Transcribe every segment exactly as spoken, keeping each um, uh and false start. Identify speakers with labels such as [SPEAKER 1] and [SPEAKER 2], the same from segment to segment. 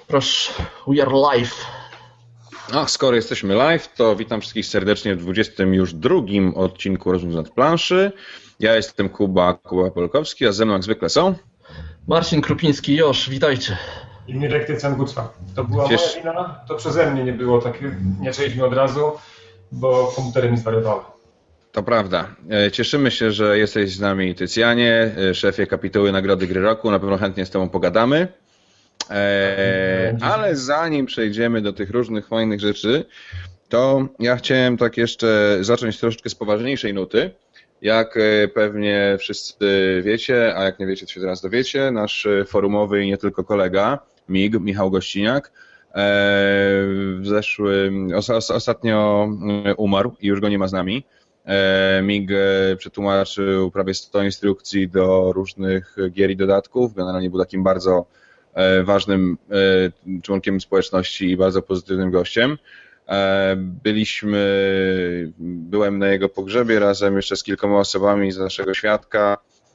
[SPEAKER 1] proszę, we are live.
[SPEAKER 2] No, skoro jesteśmy live, to witam wszystkich serdecznie w dwudziestym już drugim odcinku Rozmów nad planszy. Ja jestem Kuba, Kuba Polkowski, a ze mną jak zwykle są
[SPEAKER 1] Marcin Krupiński, Josz, witajcie.
[SPEAKER 3] I Mirek Tycjan-Gucwa. To była Wiesz... moja wina, to przeze mnie nie było tak, nie częliśmy od razu, bo komputery mi zwariowały.
[SPEAKER 2] To prawda. Cieszymy się, że jesteś z nami, Tycjanie, szefie kapituły Nagrody Gry Roku. Na pewno chętnie z tobą pogadamy. Eee, ale zanim przejdziemy do tych różnych fajnych rzeczy, to ja chciałem tak jeszcze zacząć troszeczkę z poważniejszej nuty. Jak pewnie wszyscy wiecie, a jak nie wiecie, to się teraz dowiecie, nasz forumowy i nie tylko kolega, Mig, Michał Gościniak, w zeszłym, ostatnio umarł i już go nie ma z nami. Mig przetłumaczył prawie sto instrukcji do różnych gier i dodatków. Generalnie był takim bardzo ważnym członkiem społeczności i bardzo pozytywnym gościem. Byliśmy, byłem na jego pogrzebie razem jeszcze z kilkoma osobami z naszego świadka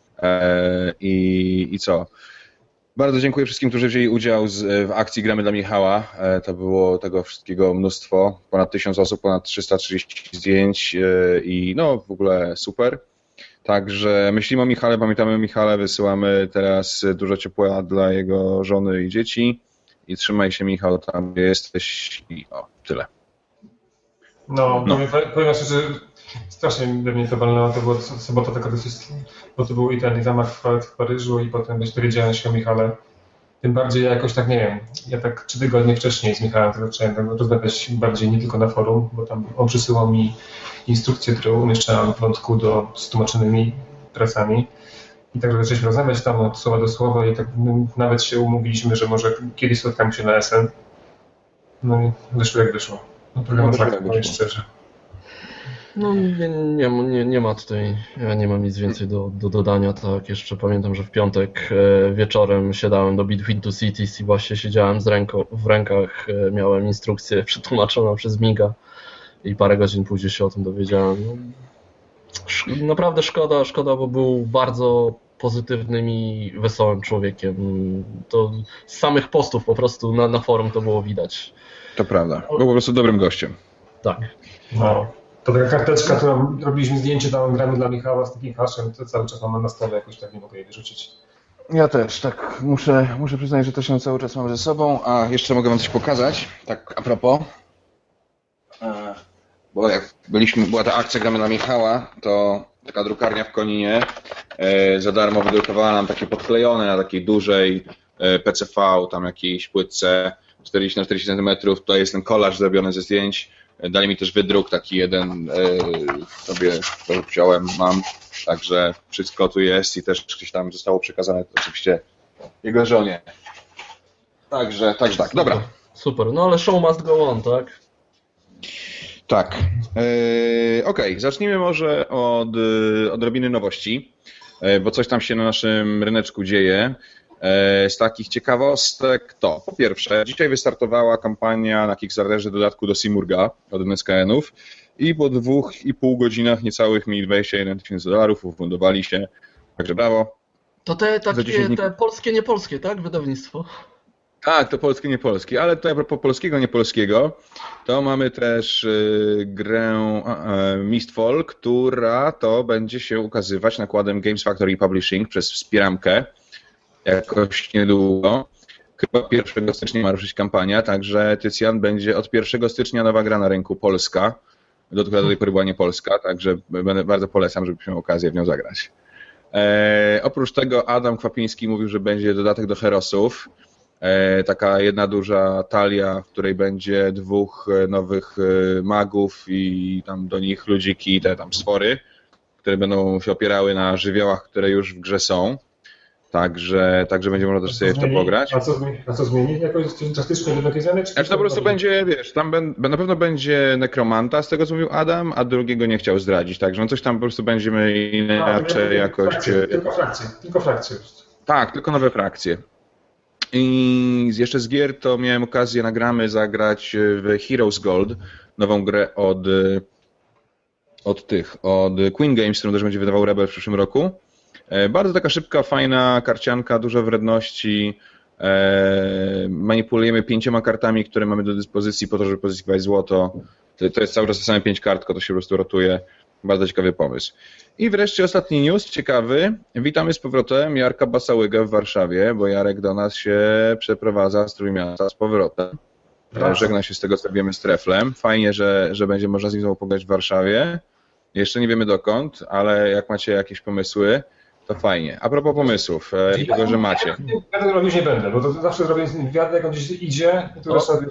[SPEAKER 2] i, i co? Bardzo dziękuję wszystkim, którzy wzięli udział z, w akcji Gramy dla Michała. To było tego wszystkiego mnóstwo, ponad tysiąc osób, ponad trzysta trzydzieści zdjęć i no w ogóle super. Także myślimy o Michale, pamiętamy o Michale, wysyłamy teraz dużo ciepła dla jego żony i dzieci i trzymaj się, Michał, tam gdzie jesteś i o, tyle.
[SPEAKER 3] No, no. Powiem, powiem szczerze, strasznie we mnie to walnęło, to była sobota taka dosyć, bo to był i ten zamach w, w Paryżu i potem dowiedziałem się o Michale. Tym bardziej ja jakoś tak, nie wiem, ja tak trzy tygodnie wcześniej z Michałem to zacząłem rozmawiać bardziej nie tylko na forum, bo tam on przysyłał mi instrukcje, które umieszczałem w wątku do, z tłumaczonymi trasami. I tak zaczęliśmy rozmawiać tam od słowa do słowa i tak nawet się umówiliśmy, że może kiedyś spotkamy się na S N. No i wyszło jak wyszło. No program no, tak, powiem szczerze.
[SPEAKER 1] No nie, nie, nie, nie ma tutaj, ja nie mam nic więcej do, do dodania, tak, jeszcze pamiętam, że w piątek wieczorem siadałem do Between Two Cities i właśnie siedziałem z ręką, w rękach, miałem instrukcję przetłumaczoną przez Miga i parę godzin później się o tym dowiedziałem. No, naprawdę szkoda, szkoda, bo był bardzo pozytywnym i wesołym człowiekiem. To z samych postów po prostu na, na forum to było widać.
[SPEAKER 2] To prawda, był po prostu dobrym gościem.
[SPEAKER 1] Tak.
[SPEAKER 3] No. To taka karteczka, którą robiliśmy zdjęcie, tam Gramy dla Michała z takim haszem, to cały czas mamy na stole, jakoś tak nie mogę jej wyrzucić.
[SPEAKER 2] Ja też, tak muszę, muszę przyznać, że to się cały czas mam ze sobą, a jeszcze mogę wam coś pokazać, tak a propos. Bo jak byliśmy, była ta akcja Gramy dla Michała, to taka drukarnia w Koninie za darmo wydrukowała nam takie podklejone na takiej dużej P C V, tam jakiejś płytce czterdzieści na czterdzieści centymetrów, to jest ten kolaż zrobiony ze zdjęć. Dali mi też wydruk, taki jeden sobie wziąłem, mam, także wszystko tu jest i też gdzieś tam zostało przekazane to oczywiście jego żonie. Także, także tak, dobra.
[SPEAKER 1] Super, no ale show must go on, tak?
[SPEAKER 2] Tak. Yy, Okej, okay. Zacznijmy może od odrobiny nowości, bo coś tam się na naszym ryneczku dzieje. Z takich ciekawostek to, po pierwsze, dzisiaj wystartowała kampania na Kickstarterze dodatku do Simurga od N S K N-ów i po dwóch i pół godzinach niecałych mieli dwadzieścia jeden tysięcy dolarów, ufundowali się, także brawo.
[SPEAKER 1] To te takie te polskie, niepolskie, tak? Wydawnictwo?
[SPEAKER 2] Tak, to polskie, niepolskie, ale to a propos polskiego, niepolskiego, to mamy też grę Mistfall, która to będzie się ukazywać nakładem Games Factory Publishing przez Wspieramkę. Jakoś niedługo. Chyba pierwszego stycznia ma ruszyć kampania, także Tycjan będzie od pierwszego stycznia nowa gra na rynku polska. Do tej pory była nie polska, także bardzo polecam, żebyśmy mieli okazję w nią zagrać. E, oprócz tego Adam Kwapiński mówił, że będzie dodatek do Herosów. E, taka jedna duża talia, w której będzie dwóch nowych magów i tam do nich ludziki, te tam stwory, które będą się opierały na żywiołach, które już w grze są. Także, także będzie można też sobie w to pograć.
[SPEAKER 3] A co, a co zmieni? Jakoś drastycznie będą zmiany?
[SPEAKER 2] Znaczy to po prostu będzie, wiesz, tam ben, na pewno będzie nekromanta, z tego co mówił Adam, a drugiego nie chciał zdradzić, także no coś tam po prostu będziemy inaczej a, jakoś...
[SPEAKER 3] Frakcje, tylko frakcje, tylko frakcje.
[SPEAKER 2] Tak, tylko nowe frakcje. I jeszcze z gier to miałem okazję, nagramy zagrać w Heroes Gold, nową grę od, od tych, od Queen Games, którą też będzie wydawał Rebel w przyszłym roku. Bardzo taka szybka, fajna karcianka, dużo wredności, manipulujemy pięcioma kartami, które mamy do dyspozycji po to, żeby pozyskiwać złoto. To, to jest cały czas te same pięć kart, tylko to się po prostu rotuje. Bardzo ciekawy pomysł. I wreszcie ostatni news, ciekawy. Witamy z powrotem Jarka Basałygę w Warszawie, bo Jarek do nas się przeprowadza z Trójmiasta z powrotem. Proszę. Żegna się z tego, co wiemy, z Treflem. Fajnie, że, że będzie można z nim znowu pogadać w Warszawie. Jeszcze nie wiemy dokąd, ale jak macie jakieś pomysły, to fajnie. A propos pomysłów, ja, tego, że macie.
[SPEAKER 3] Ja tego robić nie będę, bo to zawsze zrobię wywiad, jak on gdzieś idzie, to sobie...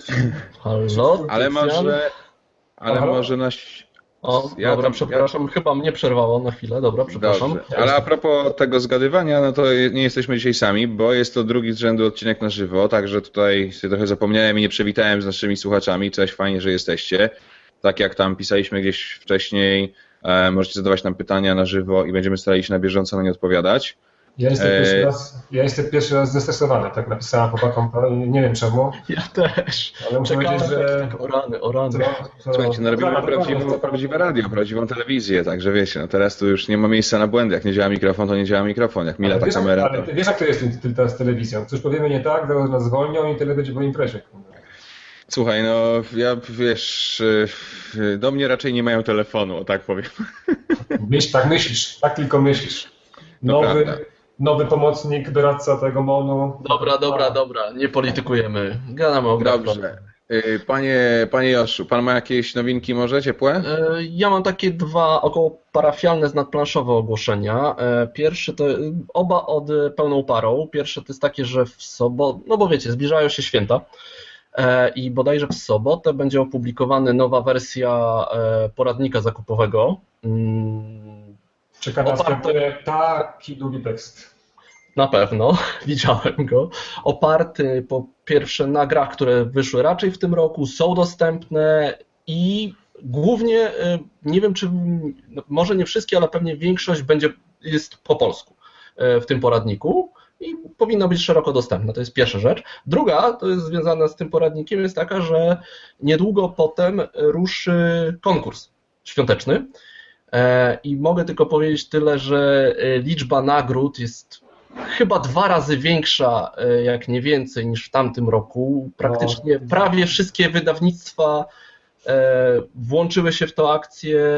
[SPEAKER 1] Halo?
[SPEAKER 2] Ale może... Ale
[SPEAKER 3] Halo?
[SPEAKER 2] może na...
[SPEAKER 1] O,
[SPEAKER 2] Ja
[SPEAKER 1] dobra,
[SPEAKER 2] tam-
[SPEAKER 1] przepraszam,
[SPEAKER 2] ja-
[SPEAKER 1] chyba mnie przerwało na chwilę, dobra, przepraszam.
[SPEAKER 2] Dobrze. Ale a propos tego zgadywania, no to nie jesteśmy dzisiaj sami, bo jest to drugi z rzędu odcinek na żywo, także tutaj sobie trochę zapomniałem i nie przywitałem z naszymi słuchaczami. Cześć, fajnie, że jesteście. Tak jak tam pisaliśmy gdzieś wcześniej, e, możecie zadawać nam pytania na żywo i będziemy starali się na bieżąco na nie odpowiadać.
[SPEAKER 3] Ja jestem,
[SPEAKER 2] Eee.
[SPEAKER 3] pierwszy raz, ja jestem pierwszy raz zestresowany, tak napisałem chłopakom, nie wiem czemu,
[SPEAKER 1] Ja też.
[SPEAKER 3] ale muszę
[SPEAKER 1] Czekałem,
[SPEAKER 3] powiedzieć, że...
[SPEAKER 1] tak, o rany, o rany.
[SPEAKER 3] To, to,
[SPEAKER 2] Słuchajcie, no robimy
[SPEAKER 3] Dobra,
[SPEAKER 2] prawdziwe,
[SPEAKER 3] dobra,
[SPEAKER 2] prawdziwe radio, prawdziwą telewizję, także wiecie, no teraz tu już nie ma miejsca na błędy. Jak nie działa mikrofon, to nie działa mikrofon. Jak mila
[SPEAKER 3] ale
[SPEAKER 2] ta
[SPEAKER 3] wiesz,
[SPEAKER 2] kamera,
[SPEAKER 3] ale
[SPEAKER 2] to...
[SPEAKER 3] ty wiesz, jak to jest z tym- z telewizją. Coś powiemy nie tak, zaraz nas zwolnią i tyle będzie po imprezie.
[SPEAKER 2] Słuchaj, no ja wiesz, y, do mnie raczej nie mają telefonu, o tak powiem.
[SPEAKER 3] Myśl, tak myślisz, tak tylko myślisz. Nowy,
[SPEAKER 2] prawda.
[SPEAKER 3] nowy pomocnik, doradca tego MONU.
[SPEAKER 1] Dobra, dobra, dobra, nie politykujemy. Gadamy o grach.
[SPEAKER 2] Dobrze. Y, Panie, panie Joszu, pan ma jakieś nowinki może ciepłe?
[SPEAKER 1] E, Ja mam takie dwa około parafialne z nadplanszowe ogłoszenia. E, Pierwszy to oba od pełną parą. Pierwsze to jest takie, że w sobotę, no bo wiecie, zbliżają się święta e, i bodajże w sobotę będzie opublikowana nowa wersja e, poradnika zakupowego. Mm,
[SPEAKER 3] Czeka nas
[SPEAKER 1] Oparte-
[SPEAKER 3] ten taki długi tekst.
[SPEAKER 1] Na pewno, widziałem go. Oparty po pierwsze na grach, które wyszły raczej w tym roku, są dostępne i głównie, y, nie wiem czy, no, może nie wszystkie, ale pewnie większość będzie, jest po polsku y, w tym poradniku i powinno być szeroko dostępne. To jest pierwsza rzecz. Druga, to jest związana z tym poradnikiem, jest taka, że niedługo potem ruszy konkurs świąteczny. E, I mogę tylko powiedzieć tyle, że e, liczba nagród jest chyba dwa razy większa, e, jak nie więcej, niż w tamtym roku. Praktycznie
[SPEAKER 3] No.
[SPEAKER 1] prawie wszystkie wydawnictwa e, włączyły się w tę akcję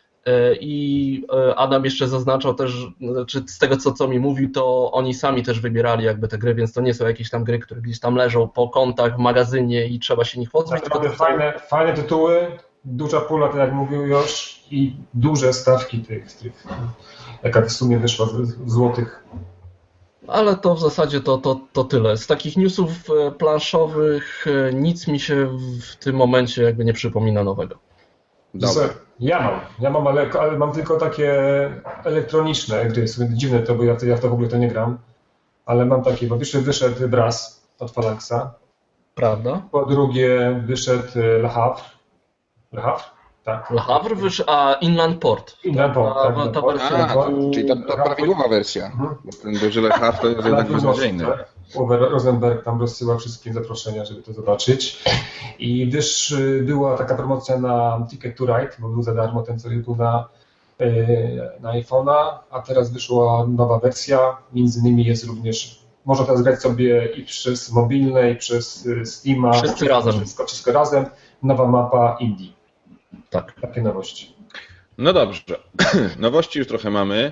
[SPEAKER 1] e, i e, Adam jeszcze zaznaczał też, znaczy z tego co, co mi mówił, to oni sami też wybierali jakby te gry, więc to nie są jakieś tam gry, które gdzieś tam leżą po kątach w magazynie i trzeba się nich pozbyć. tylko
[SPEAKER 3] Naprawdę
[SPEAKER 1] to są-
[SPEAKER 3] fajne, fajne tytuły, duża pula, tak jak mówił już, i duże stawki tych, tych jaka w sumie wyszła z złotych.
[SPEAKER 1] Ale to w zasadzie to, to, to tyle. Z takich newsów e, planszowych e, nic mi się w tym momencie jakby nie przypomina nowego.
[SPEAKER 2] Dobra.
[SPEAKER 3] Ja mam, ja mam, ale, ale mam tylko takie elektroniczne gry. Jest dziwne to, bo ja, ja w to w ogóle to nie gram. Ale mam takie, bo wyszedł, wyszedł Brass od Phalanxa.
[SPEAKER 1] Prawda?
[SPEAKER 3] Po drugie wyszedł Le Havre. Le Havre? Tak.
[SPEAKER 1] Le Havre wyszedł, a Inland Port.
[SPEAKER 3] Inland Port,
[SPEAKER 1] Ta-
[SPEAKER 3] tak,
[SPEAKER 1] ta
[SPEAKER 3] Inland Port.
[SPEAKER 1] wersja
[SPEAKER 2] A,
[SPEAKER 3] to-
[SPEAKER 2] to, czyli ta, ta prawidłowa wersja.
[SPEAKER 3] Mhm.
[SPEAKER 2] Bo ten duży Lechaf to jest jednak beznadziejny.
[SPEAKER 3] Uwe Rosenberg tam rozsyła wszystkim zaproszenia, żeby to zobaczyć. I gdyż była taka promocja na Ticket to Ride, bo był za darmo ten, co był na, yy, na iPhone'a, a teraz wyszła nowa wersja. Między innymi jest również, można teraz grać sobie i przez mobilne, i przez y, Steama.
[SPEAKER 1] Wszyscy razem.
[SPEAKER 3] Wszystko, wszystko razem. Nowa mapa Indii.
[SPEAKER 1] Tak.
[SPEAKER 3] Takie nowości.
[SPEAKER 2] No dobrze, nowości już trochę mamy.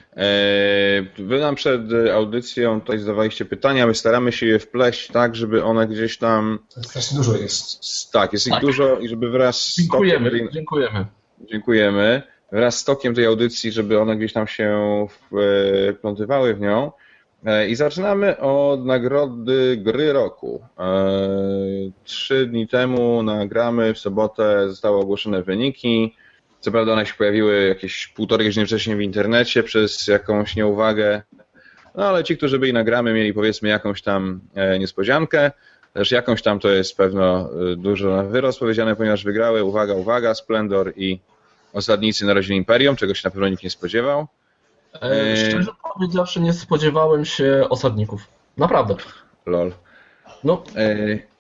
[SPEAKER 2] Eee, Wy nam przed audycją tutaj zadawaliście pytania, my staramy się je wpleść tak, żeby one gdzieś tam...
[SPEAKER 3] Strasznie dużo jest.
[SPEAKER 2] Tak, jest ich
[SPEAKER 1] Tak.
[SPEAKER 2] dużo i żeby wraz z
[SPEAKER 1] Dziękujemy,
[SPEAKER 2] tokiem tej,
[SPEAKER 1] dziękujemy.
[SPEAKER 2] dziękujemy, wraz z tokiem tej audycji, żeby one gdzieś tam się wplątywały w nią. Eee, I zaczynamy od nagrody Gry Roku. Eee, Trzy dni temu na Gramy w sobotę zostały ogłoszone wyniki. Co prawda one się pojawiły jakieś półtorej godziny wcześniej w internecie przez jakąś nieuwagę, no ale ci, którzy byli na Gramy, mieli powiedzmy jakąś tam e, niespodziankę, też jakąś tam to jest pewno e, dużo na wyrost powiedziane, ponieważ wygrały, uwaga, uwaga, Splendor i Osadnicy Narodzin Imperium, czego się na pewno nikt nie spodziewał.
[SPEAKER 1] E, szczerze powiedziawszy, nie spodziewałem się osadników. Naprawdę.
[SPEAKER 2] Lol.
[SPEAKER 1] No,
[SPEAKER 2] E,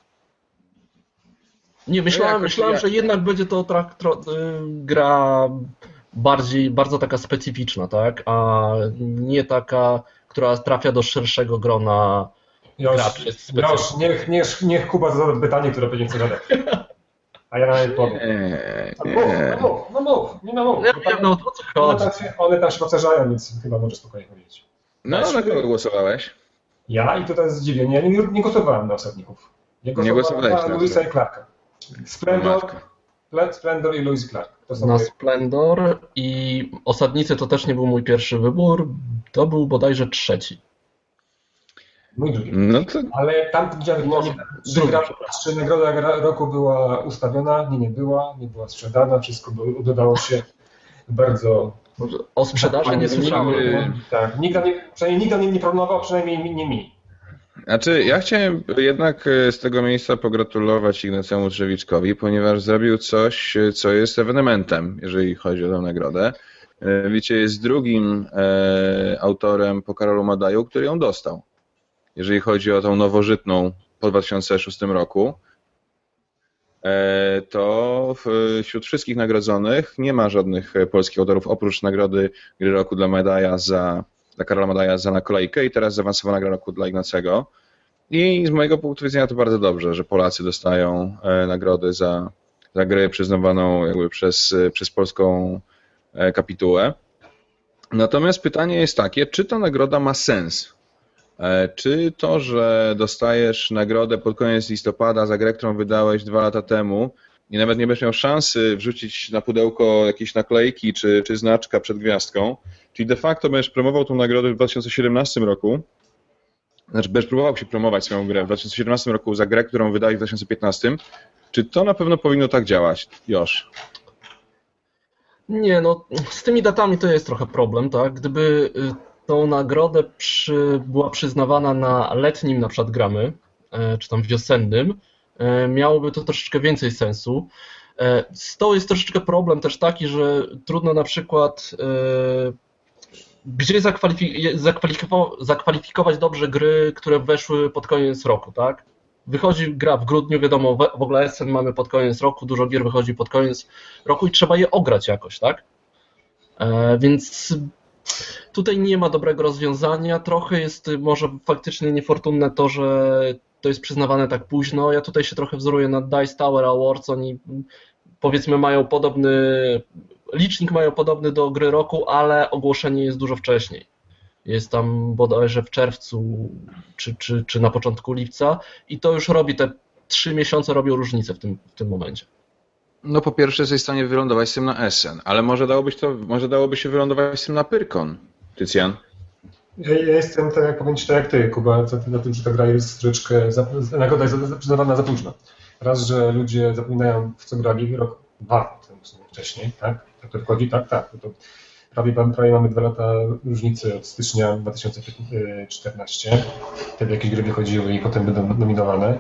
[SPEAKER 1] nie, myślałem,
[SPEAKER 2] jakoś
[SPEAKER 1] myślałem
[SPEAKER 2] ja-
[SPEAKER 1] że jednak będzie to trak, tro, y, gra bardziej, bardzo taka specyficzna, tak? A nie taka, która trafia do szerszego grona
[SPEAKER 3] Już,
[SPEAKER 1] gracz jest specjalny.
[SPEAKER 3] już niech, niech, niech Kuba zada pytanie, które pewnie chce zadać. A ja nawet powiem.
[SPEAKER 2] Nie,
[SPEAKER 3] No
[SPEAKER 2] nie.
[SPEAKER 3] mów, no mów, no mów, nie no mów.
[SPEAKER 1] Ja wiem, no o co
[SPEAKER 3] One
[SPEAKER 1] chodzi.
[SPEAKER 3] tam się, one tam się powtarzają, więc chyba możesz spokojnie powiedzieć.
[SPEAKER 2] No, na kogo głosowałeś?
[SPEAKER 3] Ja i to teraz zdziwienie, ja nie, nie głosowałem na osadników. Ja
[SPEAKER 2] Nie głosowałeś
[SPEAKER 3] na
[SPEAKER 2] na
[SPEAKER 3] Louisa i Clarka. Splendor,
[SPEAKER 2] Matko.
[SPEAKER 3] Ple- Splendor i Louis Clark. To są
[SPEAKER 1] Na
[SPEAKER 3] moje...
[SPEAKER 1] Splendor i Osadnicy to też nie był mój pierwszy wybór, to był bodajże trzeci.
[SPEAKER 3] mój drugi.
[SPEAKER 2] No to
[SPEAKER 3] Ale tam widziałem,
[SPEAKER 1] No,
[SPEAKER 3] nie, czy,
[SPEAKER 1] drugi,
[SPEAKER 3] gra,
[SPEAKER 1] przepraszam.
[SPEAKER 3] czy nagroda gra- roku była ustawiona? Nie, nie była, nie była sprzedana, wszystko było, dodało się bardzo...
[SPEAKER 1] O sprzedaży nie słyszałem.
[SPEAKER 2] Yy,
[SPEAKER 3] Tak, nikt nam nie, przynajmniej nikt nam nie, nie proponował, przynajmniej mi- nie mi.
[SPEAKER 2] Znaczy, ja chciałem jednak e, z tego miejsca pogratulować Ignacemu Drzewiczkowi, ponieważ zrobił coś, e, co jest ewenementem, jeżeli chodzi o tę nagrodę. E, Wiecie, jest drugim e, autorem po Karolu Madaju, który ją dostał. Jeżeli chodzi o tą nowożytną po dwa tysiące szóstym roku, e, to w, wśród wszystkich nagrodzonych nie ma żadnych e, polskich autorów oprócz nagrody Gry Roku dla Madaja za dla Karola Madaja za Na kolejkę i teraz zaawansowana gra roku dla Ignacego. I z mojego punktu widzenia to bardzo dobrze, że Polacy dostają e, nagrody za, za grę przyznawaną jakby przez, przez polską e, kapitułę. Natomiast pytanie jest takie, czy ta nagroda ma sens? E, czy to, że dostajesz nagrodę pod koniec listopada za grę, którą wydałeś dwa lata temu i nawet nie będziesz miał szansy wrzucić na pudełko jakieś naklejki czy, czy znaczka przed gwiazdką, czyli de facto będziesz promował tą nagrodę w dwa tysiące siedemnastym roku, znaczy będziesz próbował się promować swoją grę w dwa tysiące siedemnastym roku za grę, którą wydałeś w dwa tysiące piętnastym, czy to na pewno powinno tak działać? Josz.
[SPEAKER 1] Nie, no z tymi datami to jest trochę problem, tak? Gdyby y, tą nagrodę przy, była przyznawana na letnim na przykład gramy, e, czy tam wiosennym, e, miałoby to troszeczkę więcej sensu. E, z tą jest troszeczkę problem też taki, że trudno na przykład e, gdzie zakwalifikować, zakwalifikować dobrze gry, które weszły pod koniec roku, tak? Wychodzi gra w grudniu, wiadomo, w ogóle Essen mamy pod koniec roku, dużo gier wychodzi pod koniec roku i trzeba je ograć jakoś, tak? E, więc tutaj nie ma dobrego rozwiązania, trochę jest może faktycznie niefortunne to, że to jest przyznawane tak późno. Ja tutaj się trochę wzoruję na Dice Tower Awards, oni powiedzmy mają podobny, licznik mają podobny do gry roku, ale ogłoszenie jest dużo wcześniej. Jest tam bodajże w czerwcu czy, czy, czy na początku lipca i to już robi te trzy miesiące robią różnicę w tym, w tym momencie.
[SPEAKER 2] No po pierwsze jesteś w stanie wylądować z tym na Essen, ale może dałoby, to, może dałoby się wylądować z tym na Pyrkon, Tycjan.
[SPEAKER 3] Ja, ja jestem, tak jak powiem ci, tak jak ty, Kuba, za- na tym, że ta gra jest troszeczkę, za- nagroda jest za- za- przyznawana za późno. Raz, że ludzie zapominają, w co grali rok, dwa temu w sumie wcześniej, tak? Jak to wchodzi, tak, tak. To prawie, prawie mamy dwa lata różnicy od stycznia dwa tysiące czternastego. Wtedy jakieś gry wychodziły i potem będą nominowane.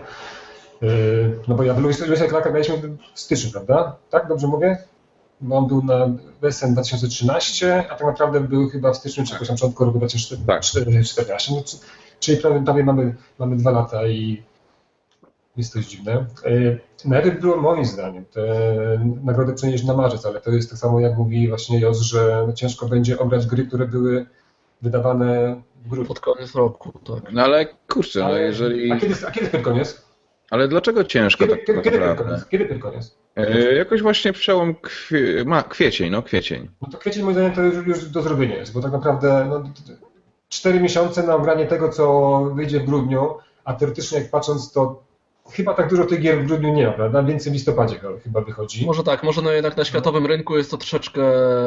[SPEAKER 3] Yy, No bo ja w Louisa Clarka graliśmy w styczniu, prawda? Tak, dobrze mówię? Bo on był na Essen dwa tysiące trzynastego, a tak naprawdę był chyba w styczniu czy jakoś na początku roku dwa tysiące czternastego. No, c- czyli prawie, prawie mamy, mamy dwa lata i jest to dziwne. Yy, Najlepiej było moim zdaniem te nagrody przenieść na marzec, ale to jest tak samo jak mówi właśnie Jos, że ciężko będzie obrać gry, które były wydawane w grudniu.
[SPEAKER 1] Pod koniec roku, tak.
[SPEAKER 2] No ale kurczę, no
[SPEAKER 3] Ale-
[SPEAKER 2] jeżeli...
[SPEAKER 3] A kiedy, a kiedy ten koniec?
[SPEAKER 2] Ale dlaczego ciężko
[SPEAKER 3] Kiedy,
[SPEAKER 2] tak
[SPEAKER 3] kiedy, kiedy ten
[SPEAKER 2] naprawdę?
[SPEAKER 3] koniec? Kiedy ten koniec?
[SPEAKER 2] E, Jakoś właśnie przełom kwie... Ma, kwiecień, no kwiecień.
[SPEAKER 3] No to kwiecień moim zdaniem to już, już do zrobienia jest, bo tak naprawdę no, cztery miesiące na ogranie tego, co wyjdzie w grudniu, a teoretycznie jak patrząc, to chyba tak dużo tych gier w grudniu nie ma, prawda? Więcej w listopadzie chyba wychodzi.
[SPEAKER 1] Może tak, może no jednak na światowym rynku jest to troszeczkę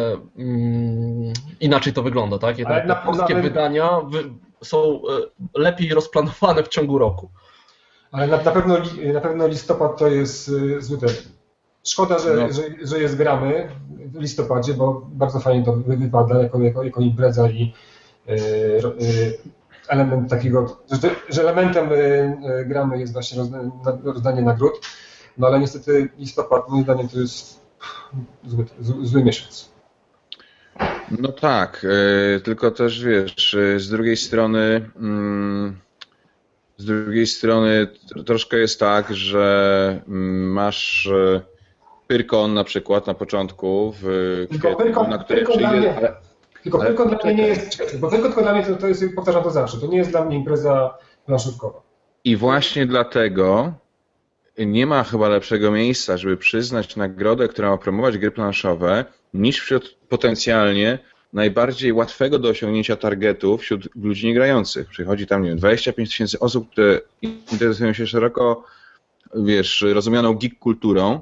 [SPEAKER 1] mm, inaczej to wygląda, tak? Jednak
[SPEAKER 3] Ale na-
[SPEAKER 1] te polskie
[SPEAKER 3] na-
[SPEAKER 1] wydania wy, są e, lepiej rozplanowane w ciągu roku.
[SPEAKER 3] Ale na, na, pewno, li- na pewno listopad to jest y, zły termin. Szkoda, że,
[SPEAKER 2] No.
[SPEAKER 3] że, że jest gramy w listopadzie, bo bardzo fajnie to wy- wypada jako, jako, jako impreza i y, ro- y, element takiego, że, że elementem y, y, gramy jest właśnie rozda, na- rozdanie nagród, no ale niestety listopad moim zdaniem to jest zły, zły, zły miesiąc.
[SPEAKER 2] No tak, e, tylko też wiesz, e, z drugiej strony mm, z drugiej strony t- troszkę jest tak, że mm, masz e, Pyrkon na przykład na początku w
[SPEAKER 3] Tylko
[SPEAKER 2] kwietniu,
[SPEAKER 3] Pyrkon-
[SPEAKER 2] na który
[SPEAKER 3] Pyrkon dla
[SPEAKER 2] przyjdzie,
[SPEAKER 3] mnie-
[SPEAKER 2] ale
[SPEAKER 3] Tylko
[SPEAKER 2] Ale
[SPEAKER 3] tylko dla mnie nie
[SPEAKER 2] poczekaj.
[SPEAKER 3] jest, bo tylko, tylko dla mnie to, to jest, powtarzam to zawsze, to nie jest dla mnie impreza planszówkowa.
[SPEAKER 2] I właśnie dlatego nie ma chyba lepszego miejsca, żeby przyznać nagrodę, która ma promować gry planszowe, niż wśród potencjalnie najbardziej łatwego do osiągnięcia targetu wśród ludzi niegrających. Przychodzi tam, nie wiem, dwadzieścia pięć tysięcy osób, które interesują się szeroko, wiesz, rozumianą geek kulturą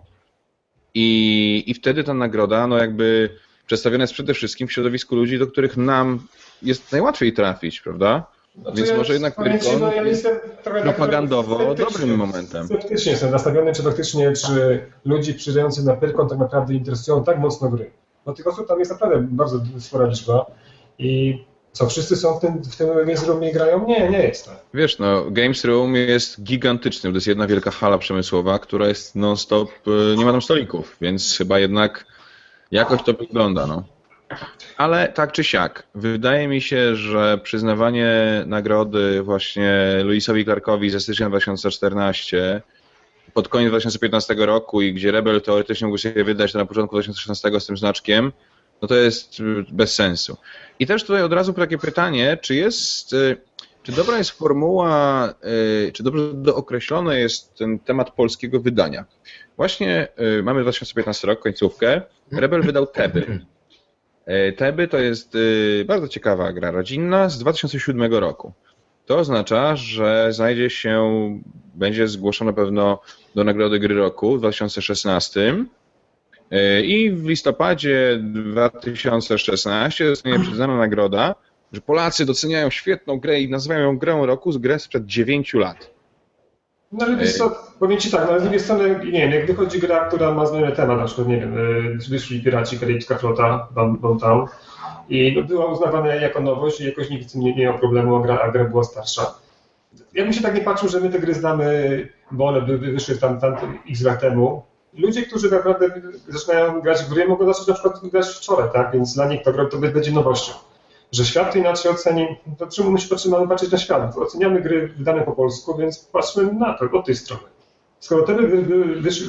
[SPEAKER 2] i, i wtedy ta nagroda, no jakby przedstawiona jest przede wszystkim w środowisku ludzi, do których nam jest najłatwiej trafić, prawda?
[SPEAKER 3] Znaczy,
[SPEAKER 2] Więc
[SPEAKER 3] ja
[SPEAKER 2] może jednak Pyrkon
[SPEAKER 3] no, ja jestem
[SPEAKER 2] propagandowo dobrym momentem.
[SPEAKER 3] Sceptycznie jestem nastawiony, czy faktycznie, czy ludzi przyjeżdżających na Pyrkon tak naprawdę interesują tak mocno gry. No tych osób tam jest naprawdę bardzo spora liczba i co, wszyscy są w tym, w tym Games Roomie i grają? Nie, nie jest tak.
[SPEAKER 2] Wiesz, no, Games Room jest gigantyczny, to jest jedna wielka hala przemysłowa, która jest non-stop, nie ma tam stolików, więc chyba jednak jakoś to wygląda, no. Ale tak czy siak, wydaje mi się, że przyznawanie nagrody właśnie Lewisowi Clarkowi ze stycznia dwa tysiące czternastego pod koniec dwa tysiące piętnastego roku i gdzie Rebel teoretycznie mógł się wydać to na początku dwa tysiące szesnastego z tym znaczkiem, no to jest bez sensu. I też tutaj od razu takie pytanie, czy jest, czy dobra jest formuła, czy dobrze dookreślony jest ten temat polskiego wydania. Właśnie mamy dwa tysiące piętnasty rok, końcówkę, Rebel wydał Teby. Teby to jest bardzo ciekawa gra rodzinna z dwa tysiące siódmego roku. To oznacza, że znajdzie się, będzie zgłoszone pewno do Nagrody Gry Roku w dwa tysiące szesnastym i w listopadzie dwa tysiące szesnastego zostanie przyznana nagroda, że Polacy doceniają świetną grę i nazywają ją grą roku z grę sprzed dziewięciu lat.
[SPEAKER 3] No ale wiesz co, powiem Ci tak, no, z drugiej strony, nie wiem, jak wychodzi gra, która ma zmieniony temat, na przykład, nie wiem, wyszli Piraci, Karaibska Flota, tam, tam i no, była uznawana jako nowość i jakoś nikt z tym nie, nie miał problemu, a gra, a gra była starsza. Ja bym się tak nie patrzył, że my te gry znamy, bo one by wyszły tam, tam x lat temu. Ludzie, którzy naprawdę zaczynają grać w gry, mogą zacząć na przykład grać wczoraj, tak? Więc dla nich to, to będzie nowością. Że świat to inaczej oceni, to czemu my się patrzymy, patrzeć na świat? Oceniamy gry wydane po polsku, więc patrzmy na to, od tej strony. Skoro te by, by, wyszły,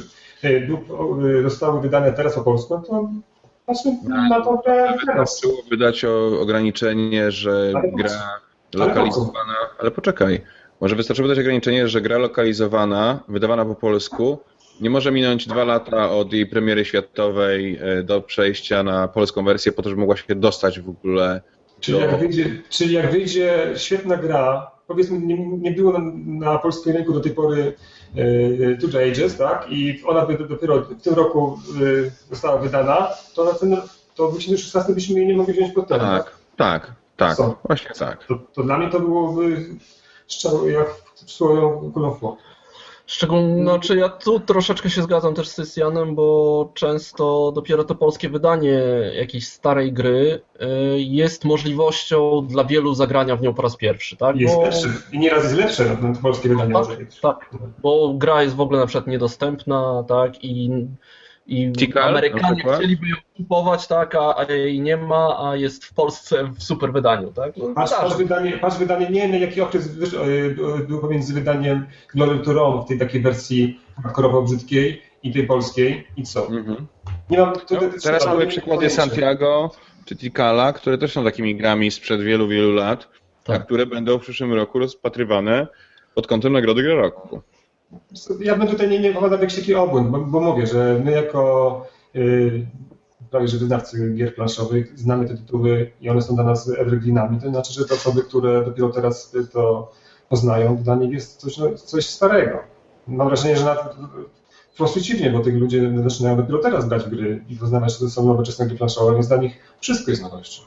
[SPEAKER 3] zostały wydane teraz po polsku, to patrzmy na to grę teraz.
[SPEAKER 2] Trzeba wydać o ograniczenie, że
[SPEAKER 3] ale
[SPEAKER 2] gra lokalizowana, ale poczekaj, może wystarczy wydać ograniczenie, że gra lokalizowana, wydawana po polsku, nie może minąć dwa lata od jej premiery światowej do przejścia na polską wersję, po to, żeby mogła się dostać w ogóle.
[SPEAKER 3] Czyli,
[SPEAKER 2] do...
[SPEAKER 3] jak wyjdzie, czyli jak wyjdzie świetna gra, powiedzmy nie, nie było na, na polskim rynku do tej pory y, Two Ages, tak? I ona by dopiero w tym roku y, została wydana, to na ten, to w dwa tysiące szesnastym byśmy jej nie mogli wziąć pod ten.
[SPEAKER 2] Tak, tak, tak,
[SPEAKER 3] Co?
[SPEAKER 2] właśnie tak.
[SPEAKER 3] To, to dla mnie to byłoby szczerze, jak słowo kulą w płot.
[SPEAKER 1] Szczególnie, znaczy ja tu troszeczkę się zgadzam też z Sysjanem, bo często dopiero to polskie wydanie jakiejś starej gry jest możliwością dla wielu zagrania w nią po raz pierwszy, tak?
[SPEAKER 3] Jest
[SPEAKER 1] bo...
[SPEAKER 3] lepszy i nieraz jest lepsze no, to polskie wydanie.
[SPEAKER 1] Tak,
[SPEAKER 3] może być.
[SPEAKER 1] tak, bo gra jest w ogóle na przykład niedostępna, tak? I, i
[SPEAKER 2] Tikal,
[SPEAKER 1] Amerykanie chcieliby ją kupować, tak, a, a jej nie ma, a jest w Polsce w super wydaniu, tak? No,
[SPEAKER 3] patrz, patrz, wydanie, patrz wydanie, nie wiem jaki okres był pomiędzy wydaniem Glory to Rome w tej takiej wersji hardkorowo brzydkiej i tej polskiej i co? Mm-hmm. Nie mam, to,
[SPEAKER 2] no, teraz mamy przykłady Santiago czy Tikala, które też są takimi grami sprzed wielu, wielu lat, tak. A które będą w przyszłym roku rozpatrywane pod kątem Nagrody Gry Roku.
[SPEAKER 3] Ja bym tutaj nie, nie popadał w jakiś taki obłęd, bo, bo mówię, że my jako yy, prawie że wydawcy gier planszowych znamy te tytuły i one są dla nas evergreenami. To znaczy, że te osoby, które dopiero teraz to poznają, dla nich jest coś, no, coś starego. Mam wrażenie, że nawet wprost przeciwnie, bo tych ludzie zaczynają dopiero teraz grać w gry i poznawać, że to są nowoczesne gry planszowe, więc dla nich wszystko jest nowością.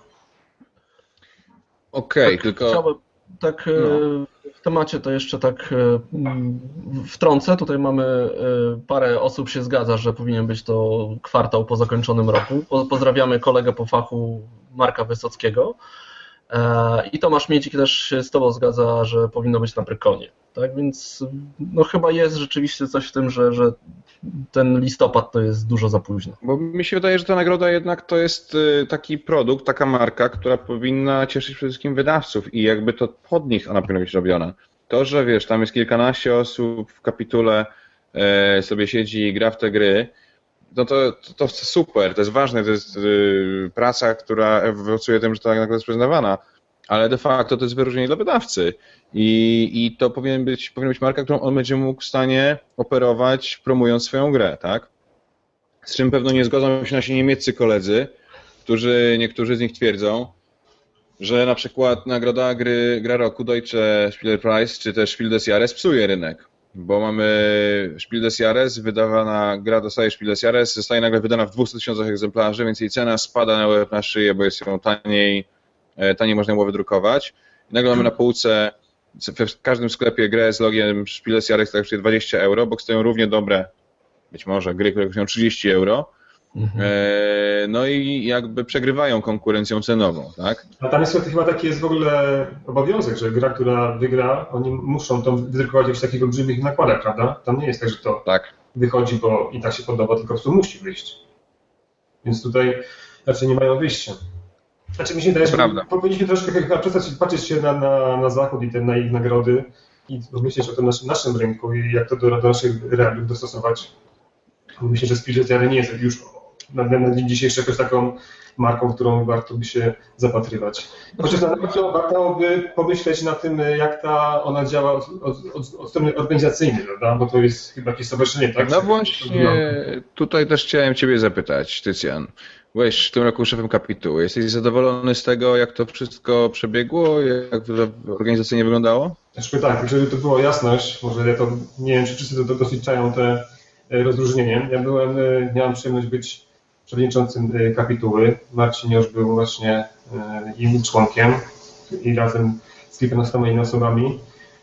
[SPEAKER 2] Okej, okay,
[SPEAKER 1] tak,
[SPEAKER 2] tylko...
[SPEAKER 1] Chciałbym, tak no. W temacie to jeszcze tak wtrącę. Tutaj mamy parę osób się zgadza, że powinien być to kwartał po zakończonym roku. Pozdrawiamy kolegę po fachu Marka Wysockiego. I Tomasz Miedzik też się z Tobą zgadza, że powinno być na Pyrkonie. Tak więc no chyba jest rzeczywiście coś w tym, że, że ten listopad to jest dużo za późno.
[SPEAKER 2] Bo mi się wydaje, że ta nagroda jednak to jest taki produkt, taka marka, która powinna cieszyć przede wszystkim wydawców i jakby to pod nich ona powinna być robiona. To, że wiesz, tam jest kilkanaście osób w kapitule e, sobie siedzi i gra w te gry, no to, to, to super, to jest ważne, to jest y, praca, która owocuje tym, że ta nagroda jest przyznawana, ale de facto to jest wyróżnienie dla wydawcy i, i to powinien być, powinna być marka, którą on będzie mógł w stanie operować, promując swoją grę, tak? Z czym pewno nie zgodzą się nasi niemieccy koledzy, którzy, niektórzy z nich twierdzą, że na przykład nagroda gry, gra roku Deutsche Spielerpreis czy też Spiel des Jahres psuje rynek, bo mamy Spiel des Jahres, wydawana gra dostaje Spiel des Jahres, zostaje nagle wydana w dwieście tysiącach egzemplarzy, więc jej cena spada na łeb na szyję, bo jest ją taniej, taniej można było wydrukować. I nagle mamy na półce w każdym sklepie grę z logiem Spiel des Jahres, która kosztuje dwadzieścia euro, bo stoją równie dobre, być może, gry, które kosztują trzydzieści euro. Mhm. No i jakby przegrywają konkurencją cenową, tak?
[SPEAKER 3] A tam jest chyba taki jest w ogóle obowiązek, że gra, która wygra, oni muszą to wydrukować w jakichś takich olbrzymich nakładach, prawda? Tam nie jest tak, że to
[SPEAKER 2] tak.
[SPEAKER 3] wychodzi, bo i tak się podoba, tylko po prostu musi wyjść. Więc tutaj raczej nie mają wyjścia. Znaczy mi się wydaje, że powinniśmy troszkę chyba przestać patrzeć się na, na, na Zachód i te, na ich nagrody i myśleć o tym naszym, naszym rynku i jak to do, do naszych realiów dostosować. Myślę, że Spiel des Jahres nie jest już na, na dzień dzisiejszy jakoś taką marką, którą warto by się zapatrywać. Chociaż na pewno warto by pomyśleć na tym, jak ta ona działa od, od, od, od strony organizacyjnej, prawda? Bo to jest chyba jakieś stowarzyszenie, tak?
[SPEAKER 2] No właśnie, tutaj też chciałem Ciebie zapytać, Tycjan. Byłeś w tym roku szefem kapituły. Jesteś zadowolony z tego, jak to wszystko przebiegło, jak to organizacyjnie wyglądało?
[SPEAKER 3] Znaczy tak, żeby to była jasność, może ja to nie wiem, czy wszyscy to doświadczają te rozróżnienie. Ja byłem, miałem przyjemność być przewodniczącym kapituły. Marcin już był właśnie jej członkiem i razem z kilkunastoma innymi osobami.